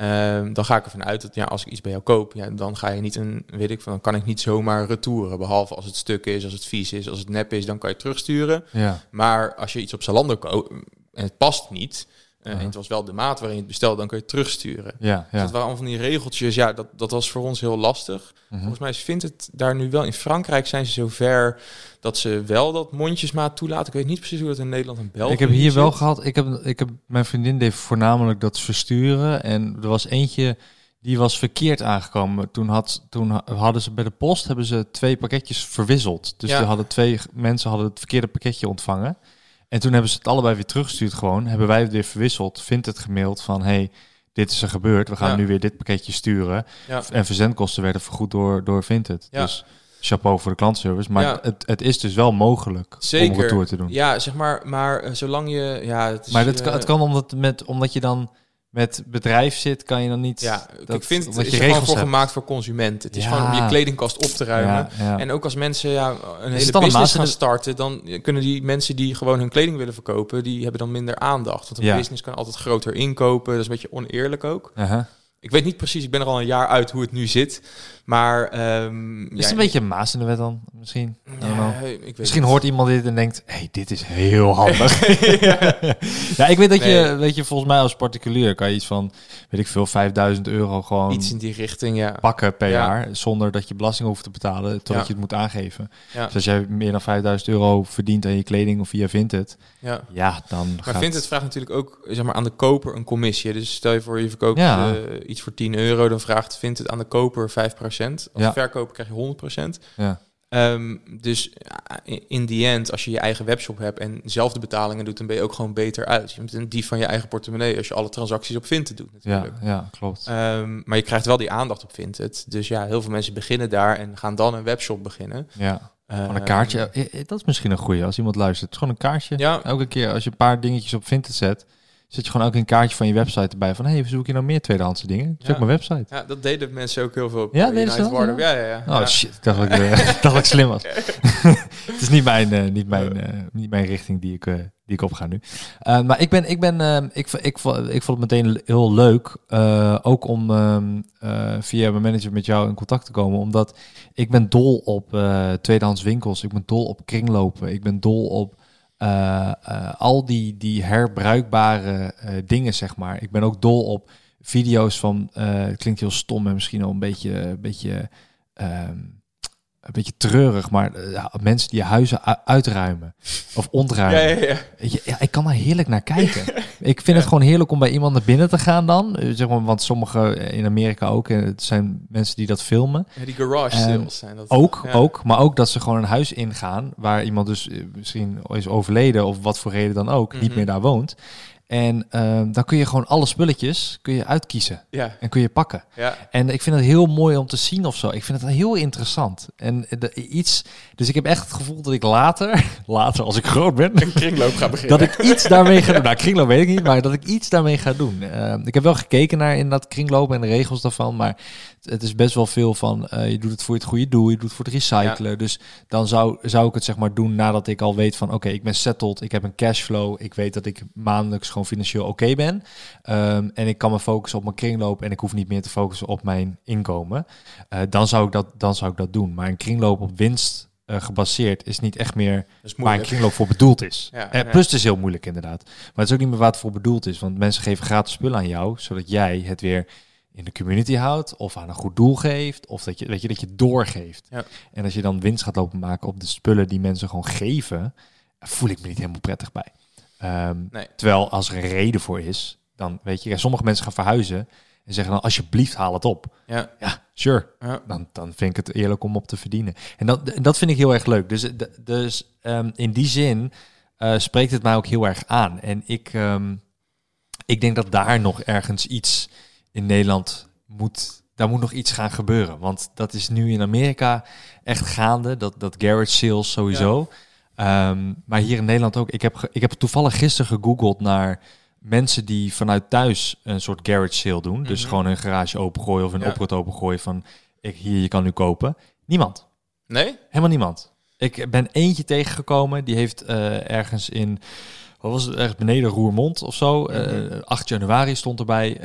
Dan ga ik ervan uit dat als ik iets bij jou koop, dan ga je niet dan kan ik niet zomaar retouren. Behalve als het stuk is, als het vies is, als het nep is, dan kan je terugsturen. Ja. Maar als je iets op Zalando koopt en het past niet, en het was wel de maat waarin je het bestelde, dan kun je het terugsturen. Dus dat waren allemaal van die regeltjes. Ja, dat was voor ons heel lastig. Mm-hmm. Volgens mij vindt het daar nu wel. In Frankrijk zijn ze zover dat ze wel dat mondjesmaat toelaten. Ik weet niet precies hoe dat in Nederland en België Ik heb hier zit. wel gehad. Ik heb mijn vriendin deed voornamelijk dat versturen. En er was eentje die was verkeerd aangekomen. Toen hadden ze bij de post 2 pakketjes verwisseld. Dus er hadden 2 mensen het verkeerde pakketje ontvangen. En toen hebben ze het allebei weer teruggestuurd gewoon. Hebben wij het weer verwisseld. Vindt het gemaild van, hey, dit is er gebeurd. We gaan nu weer dit pakketje sturen. Ja. En verzendkosten werden vergoed door Vinted. Ja. Dus chapeau voor de klantservice. Maar het is dus wel mogelijk om retour te doen. Ja, zeg maar zolang je... het is, maar het kan omdat je dan met bedrijf zit, kan je dan niet... Ja, ik vind het is gewoon voor gemaakt voor consumenten. Het is gewoon om je kledingkast op te ruimen. Ja. En ook als mensen een hele business gaan starten, dan kunnen die mensen die gewoon hun kleding willen verkopen, die hebben dan minder aandacht. Want een business kan altijd groter inkopen. Dat is een beetje oneerlijk ook. Ik weet niet precies, ik ben er al een jaar uit hoe het nu zit. Maar... is het een beetje een maas in de wet dan, misschien? Ik misschien hoort iemand dit en denkt, hey, dit is heel handig. Ik weet dat je volgens mij als particulier kan je iets van, weet ik veel, €5.000 gewoon... Iets in die richting, pakken per jaar, zonder dat je belasting hoeft te betalen, totdat je het moet aangeven. Ja. Dus als jij meer dan €5.000 verdient aan je kleding of via Vinted, dan maar Vinted vraagt natuurlijk ook, zeg maar, aan de koper een commissie. Dus stel je voor, je verkoopt iets voor €10, dan vraagt Vinted aan de koper 5%. Als verkoper krijg je 100%. Ja. Dus in die end, als je je eigen webshop hebt en zelf de betalingen doet, dan ben je ook gewoon beter uit. Je bent een dief van je eigen portemonnee als je alle transacties op Vinted doet natuurlijk. Ja, klopt. Maar je krijgt wel die aandacht op Vinted. Dus heel veel mensen beginnen daar en gaan dan een webshop beginnen. Ja. Van een kaartje, dat is misschien een goeie als iemand luistert. Het is gewoon een kaartje. Ja. Elke keer als je een paar dingetjes op Vinted zet, zet je gewoon ook een kaartje van je website erbij van, hey, zoek je nou meer tweedehandse dingen? Check mijn website. Ja, dat deden mensen ook heel veel op United Wardrobe. Ja. Oh shit, ik dacht dat ik slim was. Het is niet mijn richting die ik op ga nu. Maar ik vond het meteen heel leuk. Ook om via mijn manager met jou in contact te komen. Omdat ik ben dol op tweedehands winkels. Ik ben dol op kringlopen. Ik ben dol op al die herbruikbare dingen, zeg maar. Ik ben ook dol op video's van... het klinkt heel stom en misschien al een beetje treurig, maar mensen die huizen uitruimen of ontruimen. Ja. Ja, ik kan daar heerlijk naar kijken. Ik vind het gewoon heerlijk om bij iemand naar binnen te gaan dan. Zeg maar, want sommige in Amerika ook, het zijn mensen die dat filmen. Ja, die garage sales zijn dat. Ook, maar ook dat ze gewoon een huis ingaan waar iemand dus misschien is overleden of wat voor reden dan ook, niet meer daar woont. En dan kun je gewoon alle spulletjes uitkiezen. Ja. En kun je pakken. Ja. En ik vind het heel mooi om te zien of zo. Ik vind het heel interessant. En dus ik heb echt het gevoel dat ik later als ik groot ben, Een kringloop ga beginnen. dat ik iets daarmee ga doen. Nou, kringloop weet ik niet, maar dat ik iets daarmee ga doen. Ik heb wel gekeken naar in dat kringlopen en de regels daarvan, maar het is best wel veel van, je doet het voor het goede doel, je doet het voor het recyclen. Ja. Dus dan zou ik het zeg maar doen nadat ik al weet van, oké, ik ben settled, ik heb een cashflow, ik weet dat ik maandelijks gewoon financieel oké ben. En ik kan me focussen op mijn kringloop en ik hoef niet meer te focussen op mijn inkomen. Dan zou ik dat doen. Maar een kringloop op winst gebaseerd is niet echt meer waar een kringloop voor bedoeld is. Plus het is heel moeilijk inderdaad. Maar het is ook niet meer waar het voor bedoeld is. Want mensen geven gratis spullen aan jou, zodat jij het weer in de community houdt of aan een goed doel geeft. Of dat je doorgeeft. Ja. En als je dan winst gaat lopen maken op de spullen die mensen gewoon geven, voel ik me niet helemaal prettig bij. Nee. Terwijl als er een reden voor is, dan weet je, sommige mensen gaan verhuizen en zeggen dan alsjeblieft haal het op. Ja, sure. Ja. Dan vind ik het eerlijk om op te verdienen. En dat vind ik heel erg leuk. Dus in die zin spreekt het mij ook heel erg aan. En ik denk dat daar nog ergens iets in Nederland moet nog iets gaan gebeuren. Want dat is nu in Amerika echt gaande, dat garage sales sowieso. Ja. Maar hier in Nederland ook. Ik heb toevallig gisteren gegoogeld naar mensen die vanuit thuis een soort garage sale doen. Mm-hmm. Dus gewoon een garage opengooien of een oprit opengooien van je kan nu kopen. Niemand. Nee? Helemaal niemand. Ik ben eentje tegengekomen. Die heeft ergens in, wat was het, ergens beneden Roermond of zo. 8 januari stond erbij.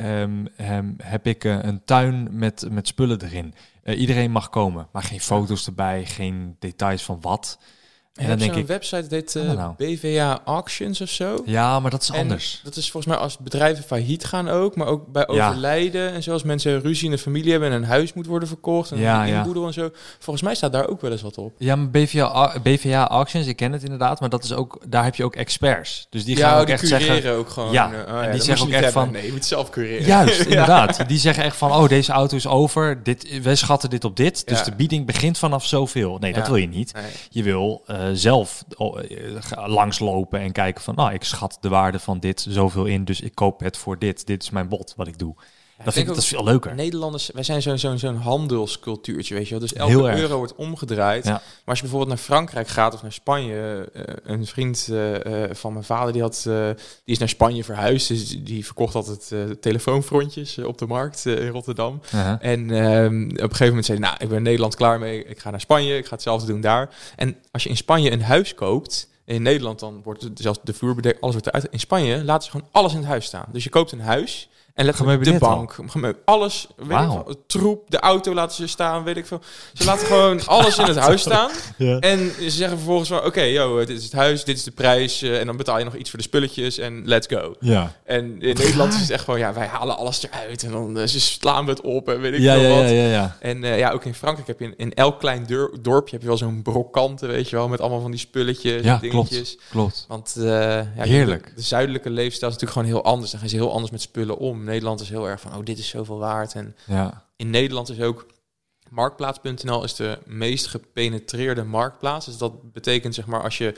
Heb ik een tuin met spullen erin. Iedereen mag komen, maar geen foto's erbij, geen details van wat. En dan denk ik, een website dat heet BVA Auctions of zo. Ja, maar dat is anders. Dat is volgens mij als bedrijven failliet gaan ook, maar ook bij overlijden en zoals mensen ruzie in de familie hebben en een huis moet worden verkocht en een inboedel en zo. Volgens mij staat daar ook wel eens wat op. Ja, maar BVA Auctions, ik ken het inderdaad, maar dat is ook, daar heb je ook experts. Dus die gaan ook die echt zeggen, ook gewoon. En die zeggen ook echt van, nee, je moet zelf cureren. Juist, inderdaad. Die zeggen echt van, deze auto is over. Wij schatten dit op dit. Dus de bieding begint vanaf zoveel. Nee, dat wil je niet. Nee. Je wil zelf langslopen en kijken van, ik schat de waarde van dit zoveel in, dus ik koop het voor dit. Dit is mijn bod wat ik doe. Dat vind ik dat is veel leuker. Nederlanders, wij zijn zo'n handelscultuurtje, weet je wel. Dus elke euro wordt omgedraaid. Ja. Maar als je bijvoorbeeld naar Frankrijk gaat of naar Spanje, een vriend van mijn vader die is naar Spanje verhuisd. Dus die verkocht altijd telefoonfrontjes op de markt in Rotterdam. Uh-huh. En op een gegeven moment zei hij, ik ben in Nederland klaar mee. Ik ga naar Spanje, ik ga hetzelfde doen daar. En als je in Spanje een huis koopt, in Nederland dan wordt het zelfs de vloer bedekt, alles wordt eruit. In Spanje laten ze gewoon alles in het huis staan. Dus je koopt een huis. En letterlijk de bank, alles, troep, de auto laten ze staan, weet ik veel. Ze laten gewoon alles in het huis staan. Ja. En ze zeggen vervolgens van, dit is het huis, dit is de prijs. En dan betaal je nog iets voor de spulletjes en let's go. Ja. En in Nederland is het echt gewoon, wij halen alles eruit. En dan slaan we het op en weet ik veel wat. Ja. En ook in Frankrijk heb je in elk klein dorpje heb je wel zo'n brokante, weet je wel. Met allemaal van die spulletjes en dingetjes. Klopt. Want heerlijk. De zuidelijke leefstijl is natuurlijk gewoon heel anders. Dan gaan ze heel anders met spullen om. Nederland is heel erg van, dit is zoveel waard. En in Nederland is ook Marktplaats.nl is de meest gepenetreerde marktplaats. Dus dat betekent zeg maar als je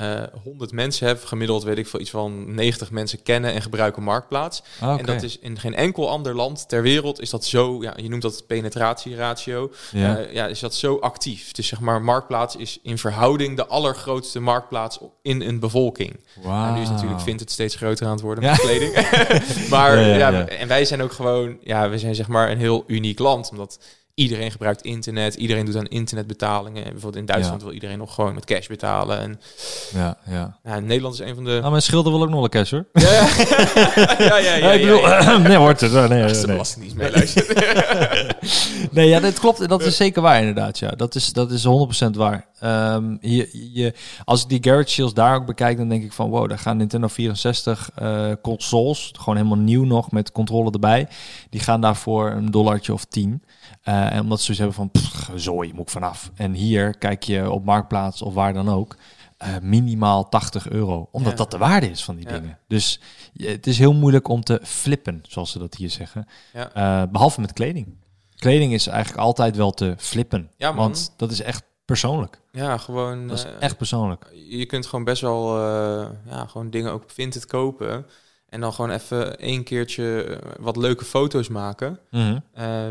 100 mensen hebt, gemiddeld weet ik veel, iets van 90 mensen kennen en gebruiken Marktplaats. Okay. En dat is in geen enkel ander land ter wereld is dat zo, je noemt dat penetratieratio, is dat zo actief. Dus zeg maar Marktplaats is in verhouding de allergrootste marktplaats in een bevolking. Wow. Nou, nu is natuurlijk het steeds groter aan het worden met kleding. Maar en wij zijn ook gewoon, we zijn zeg maar een heel uniek land, omdat iedereen gebruikt internet. Iedereen doet aan internetbetalingen. Bijvoorbeeld in Duitsland wil iedereen nog gewoon met cash betalen. En Nederland is een van de... Nou, mijn schilder wil ook nog wel cash, hoor. Ja. Ik bedoel... Nee, hoort het. Nee. Als de Belastingdienst meeluistert. Nee, ja, dat klopt. Dat is zeker waar, inderdaad. Ja. Dat is 100% waar. Als ik die Garage Sales daar ook bekijk, dan denk ik van... wow, daar gaan Nintendo 64 consoles, gewoon helemaal nieuw nog, met controle erbij. Die gaan daarvoor $1 of 10. En omdat ze zoiets hebben van... zooi, moet ik vanaf. En hier kijk je op Marktplaats of waar dan ook... minimaal €80. Omdat dat de waarde is van die dingen. Dus het is heel moeilijk om te flippen, zoals ze dat hier zeggen. Ja. Behalve met kleding. Kleding is eigenlijk altijd wel te flippen. Ja, want dat is echt persoonlijk. Ja, gewoon... Dat is echt persoonlijk. Je kunt gewoon best wel gewoon dingen ook op Vinted kopen. En dan gewoon even 1 keertje wat leuke foto's maken. Mm-hmm.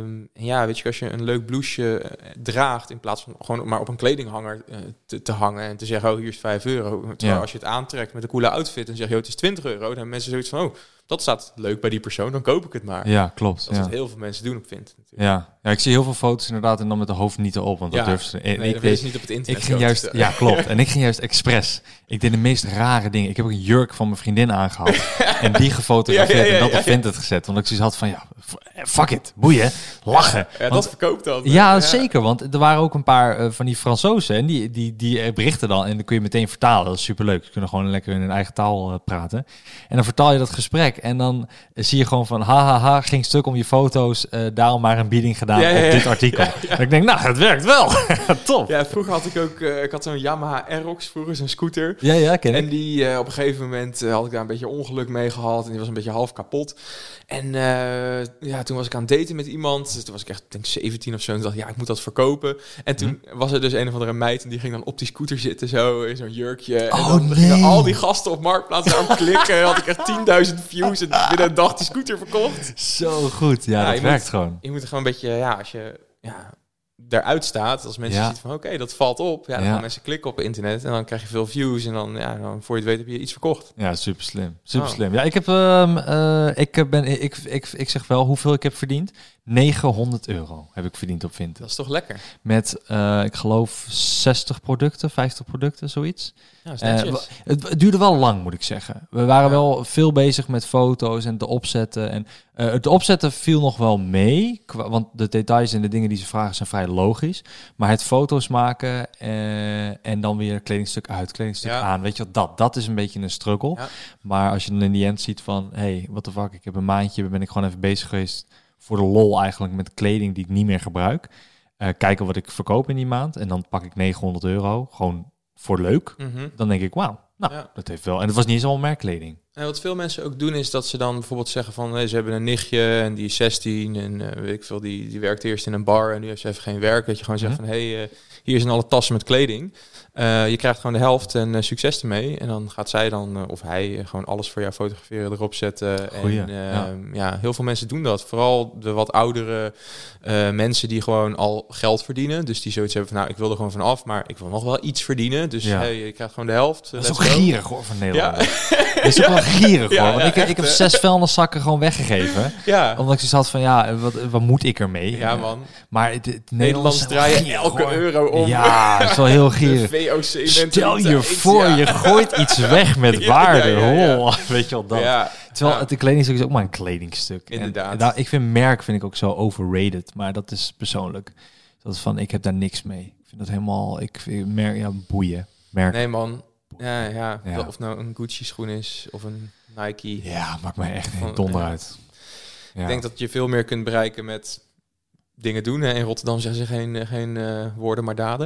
Weet je, als je een leuk blouseje draagt... in plaats van gewoon maar op een kledinghanger te hangen... en te zeggen, hier is €5. Terwijl als je het aantrekt met een coole outfit... en zeg je, het is €20. Dan hebben mensen zoiets van, dat staat leuk bij die persoon, dan koop ik het maar. Ja, klopt. Dat is wat heel veel mensen doen op Vinted natuurlijk. Ja, ik zie heel veel foto's inderdaad en dan met de hoofd niet erop, want dat durf ze. Dat is niet op het internet. Ik ging juist, ja, klopt. En ik ging juist expres. Ik deed de meest rare dingen. Ik heb ook een jurk van mijn vriendin aangehad en die gefotografeerd en dat op Vinted gezet, want ik zoiets had van fuck it, boeien, lachen. Ja, dat verkoopt dan. Ja, zeker, want er waren ook een paar van die Fransozen en die berichten dan en dan kun je meteen vertalen. Dat is superleuk. Ze kunnen gewoon lekker in hun eigen taal praten. En dan vertaal je dat gesprek en dan zie je gewoon van hahaha, ging stuk om je foto's, daarom maar een bieding gedaan op dit artikel. En ik denk, het werkt wel. Top. Ja, vroeger had ik ook, ik had zo'n Yamaha Aerox, vroeger zo'n scooter. Ja, ken ik. En die op een gegeven moment had ik daar een beetje ongeluk mee gehad en die was een beetje half kapot. En toen was ik aan het daten met iemand. Dus toen was ik echt, denk 17 of zo. En toen dacht ik, ik moet dat verkopen. En toen was er dus een of andere meid en die ging dan op die scooter zitten zo, in zo'n jurkje. En dan gingen al die gasten op Marktplaats daarop klikken. Had ik echt 10.000 views en binnen een dag die scooter verkocht. Zo goed. Ja, dat werkt gewoon. Je moet er gewoon een beetje, als je daaruit staat, als mensen zien van oké, dat valt op. Dan gaan mensen klikken op internet en dan krijg je veel views en dan, dan voor je het weet heb je iets verkocht. Ja, super slim. Super slim. Ja, ik zeg wel hoeveel ik heb verdiend. €900 heb ik verdiend op Vinted. Dat is toch lekker? Met, ik geloof 50 producten, zoiets. Ja, het duurde wel lang, moet ik zeggen. We waren wel veel bezig met foto's en te opzetten. En het opzetten viel nog wel mee, want de details en de dingen die ze vragen zijn vrij logisch. Maar het foto's maken en dan weer kledingstuk uit, kledingstuk aan, weet je wat, dat is een beetje een struggle. Ja. Maar als je dan in die end ziet van, hey, what the fuck, ik heb een maandje, ben ik gewoon even bezig geweest voor de lol eigenlijk met kleding die ik niet meer gebruik. Kijken wat ik verkoop in die maand en dan pak ik €900, gewoon voor leuk. Mm-hmm. Dan denk ik, wauw, dat heeft wel. En het was niet eens allemaal merkkleding. En wat veel mensen ook doen is dat ze dan bijvoorbeeld zeggen van ze hebben een nichtje en die is 16 en weet ik veel, die werkt eerst in een bar en nu heeft ze even geen werk. Dat je gewoon zegt van hier zijn alle tassen met kleding. Je krijgt gewoon de helft en succes ermee. En dan gaat zij dan, of hij, gewoon alles voor jou fotograferen, erop zetten. Goeie, en heel veel mensen doen dat. Vooral de wat oudere mensen die gewoon al geld verdienen. Dus die zoiets hebben van, ik wil er gewoon vanaf, maar ik wil nog wel iets verdienen. Dus je krijgt gewoon de helft. Dat is ook gierig hoor, van Nederland. Dat is ook wel gierig hoor. Want ik heb 6 vuilniszakken gewoon weggegeven. Ja. Omdat ik zoiets had van, wat moet ik ermee? Ja man. Maar Nederlanders draaien elke euro om. Ja, het is wel heel gierig. Stel je voor, je gooit iets weg met waarde. Weet je wel dat. Ja. Terwijl het kledingstuk is ook maar een kledingstuk. Inderdaad. En ik vind ik ook zo overrated. Maar dat is persoonlijk. Dat is van, ik heb daar niks mee. Ik vind dat helemaal, boeien. Merk. Nee man. Ja. Of nou een Gucci schoen is of een Nike. Ja, maakt mij echt geen donder uit. Ja. Ik denk dat je veel meer kunt bereiken met dingen doen. In Rotterdam zeggen ze geen woorden, maar daden.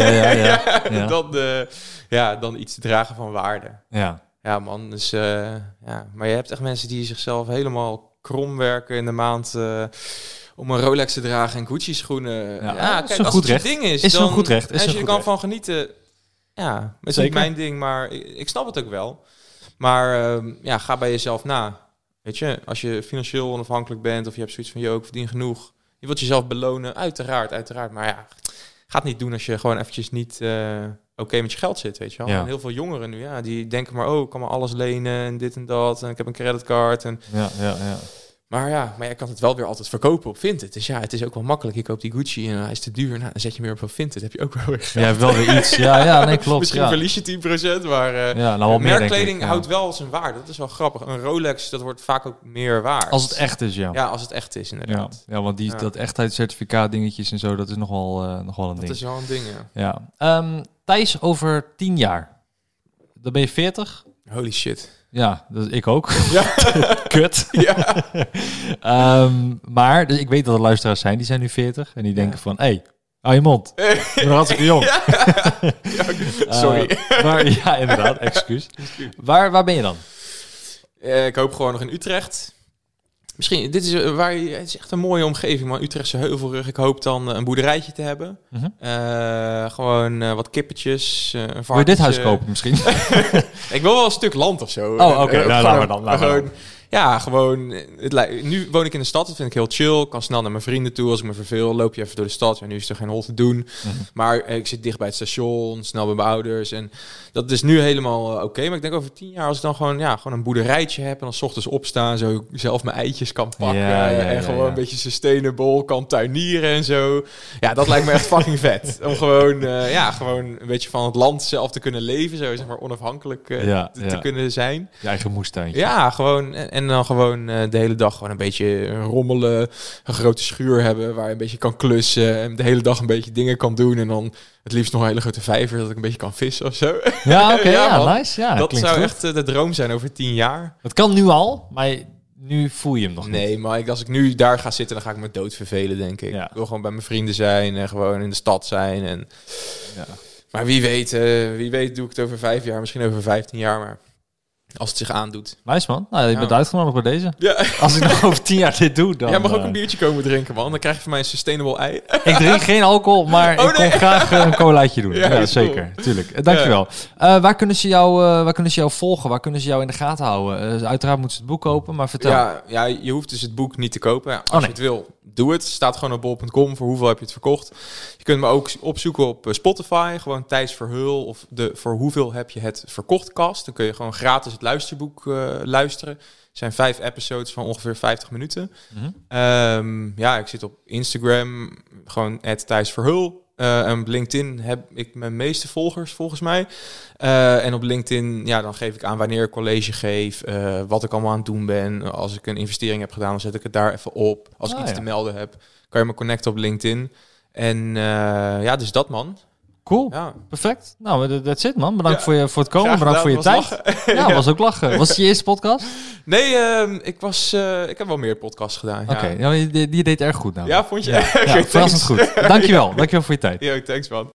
Ja. Dan iets dragen van waarde. Ja, man. Dus, maar je hebt echt mensen die zichzelf helemaal krom werken in de maand om een Rolex te dragen en Gucci schoenen. Ja, kijk, als het je ding is, is dan, goed recht. Als je kan van genieten, het is niet mijn ding, maar ik snap het ook wel. Maar ga bij jezelf na. Weet je, als je financieel onafhankelijk bent of je hebt zoiets van, ik verdien genoeg. Je wilt jezelf belonen, uiteraard. Maar ga het niet doen als je gewoon eventjes niet oké met je geld zit, weet je wel. Ja. En heel veel jongeren nu, die denken maar, ik kan maar alles lenen en dit en dat. En ik heb een creditcard. En... Ja. Maar je kan het wel weer altijd verkopen op Vinted. Dus ja, het is ook wel makkelijk. Je koopt die Gucci en hij is te duur. Nou, dan zet je hem weer op Vinted. Heb je ook wel weer geld. Ja, wel weer iets. Ja, nee, klopt. Misschien verlies je 10%, maar ja, nou, wel meer, merkkleding houdt wel zijn waarde. Dat is wel grappig. Een Rolex, dat wordt vaak ook meer waard. Als het echt is, ja. Ja, als het echt is, inderdaad. Ja, want dat echtheidscertificaat dingetjes en zo, dat is nog wel een ding. Dat is wel een ding, ja. Thijs, over 10 jaar. Dan ben je 40. Holy shit. Ja, ik ook. Ja. Kut. Ja. Maar dus ik weet dat er luisteraars zijn, die zijn nu 40. En die denken van, hé, hou je mond. Ik ben hartstikke jong. Ja. Sorry. Maar ja, inderdaad, excuus. Waar ben je dan? Ik hoop gewoon nog in Utrecht. Misschien, dit is het is echt een mooie omgeving, man. Utrechtse Heuvelrug. Ik hoop dan een boerderijtje te hebben. Gewoon wat kippetjes, een varkentje. Wil je dit huis kopen misschien? Ik wil wel een stuk land of zo. Oh, oké. Nou, laten we dan. Ja, gewoon... Nu woon ik in de stad, dat vind ik heel chill. Ik kan snel naar mijn vrienden toe. Als ik me verveel, loop je even door de stad. Ja, nu is er geen hol te doen. Maar ik zit dicht bij het station, snel bij mijn ouders. En dat is nu helemaal oké. Maar ik denk over 10 jaar, als ik dan gewoon een boerderijtje heb... en dan 's ochtends opstaan, zo zelf mijn eitjes kan pakken... en gewoon een beetje sustainable kan tuinieren en zo. Ja, dat lijkt me echt fucking vet. Om gewoon een beetje van het land zelf te kunnen leven. Zo, zeg maar, onafhankelijk te kunnen zijn. Je eigen moestuintje. Ja, gewoon... En dan gewoon de hele dag gewoon een beetje rommelen, een grote schuur hebben waar je een beetje kan klussen en de hele dag een beetje dingen kan doen en dan het liefst nog een hele grote vijver dat ik een beetje kan vissen of zo. Ja, oké, nice. Ja, dat zou goed. echt de droom zijn over 10 jaar. Het kan nu al, maar nu voel je hem nog niet. Nee, maar als ik nu daar ga zitten, dan ga ik me dood vervelen, denk ik. Ja. Ik wil gewoon bij mijn vrienden zijn en gewoon in de stad zijn. En... Ja. Maar wie weet doe ik het over 5 jaar, misschien over 15 jaar, maar... Als het zich aandoet. Nice, man. Nou, je bent uitgenodigd bij deze. Ja. Als ik nog over 10 jaar dit doe, dan... Jij mag ook een biertje komen drinken, man. Dan krijg je van mij een sustainable ei. Ik drink geen alcohol, maar ik kom graag een colaatje doen. Ja, zeker. Cool. Tuurlijk. Dankjewel. Waar kunnen ze jou volgen? Waar kunnen ze jou in de gaten houden? Uiteraard moeten ze het boek kopen, maar vertel. Ja, je hoeft dus het boek niet te kopen. Als je het wil, doe het. Staat gewoon op bol.com. Voor hoeveel heb je het verkocht? Je kunt me ook opzoeken op Spotify. Gewoon Thijs Verheul of voor hoeveel heb je het verkocht cast. Dan kun je gewoon gratis het luisterboek luisteren. Er zijn 5 episodes van ongeveer 50 minuten. Ik zit op Instagram. Gewoon @ThijsVerheul. En op LinkedIn heb ik mijn meeste volgers, volgens mij. En op LinkedIn, dan geef ik aan wanneer ik college geef, wat ik allemaal aan het doen ben. Als ik een investering heb gedaan, dan zet ik het daar even op. Als ik iets te melden heb, kan je me connecten op LinkedIn. En dus dat, man. Cool, ja. Perfect. Nou, that's it, man. Bedankt voor het komen, graag bedankt voor je tijd. Ja, was ook lachen. Was het je eerste podcast? Nee, ik heb wel meer podcasts gedaan. Oké, die deed erg goed nou. Ja, vond je? Ja, verrassend goed. Dankjewel voor je tijd. Yo, thanks man.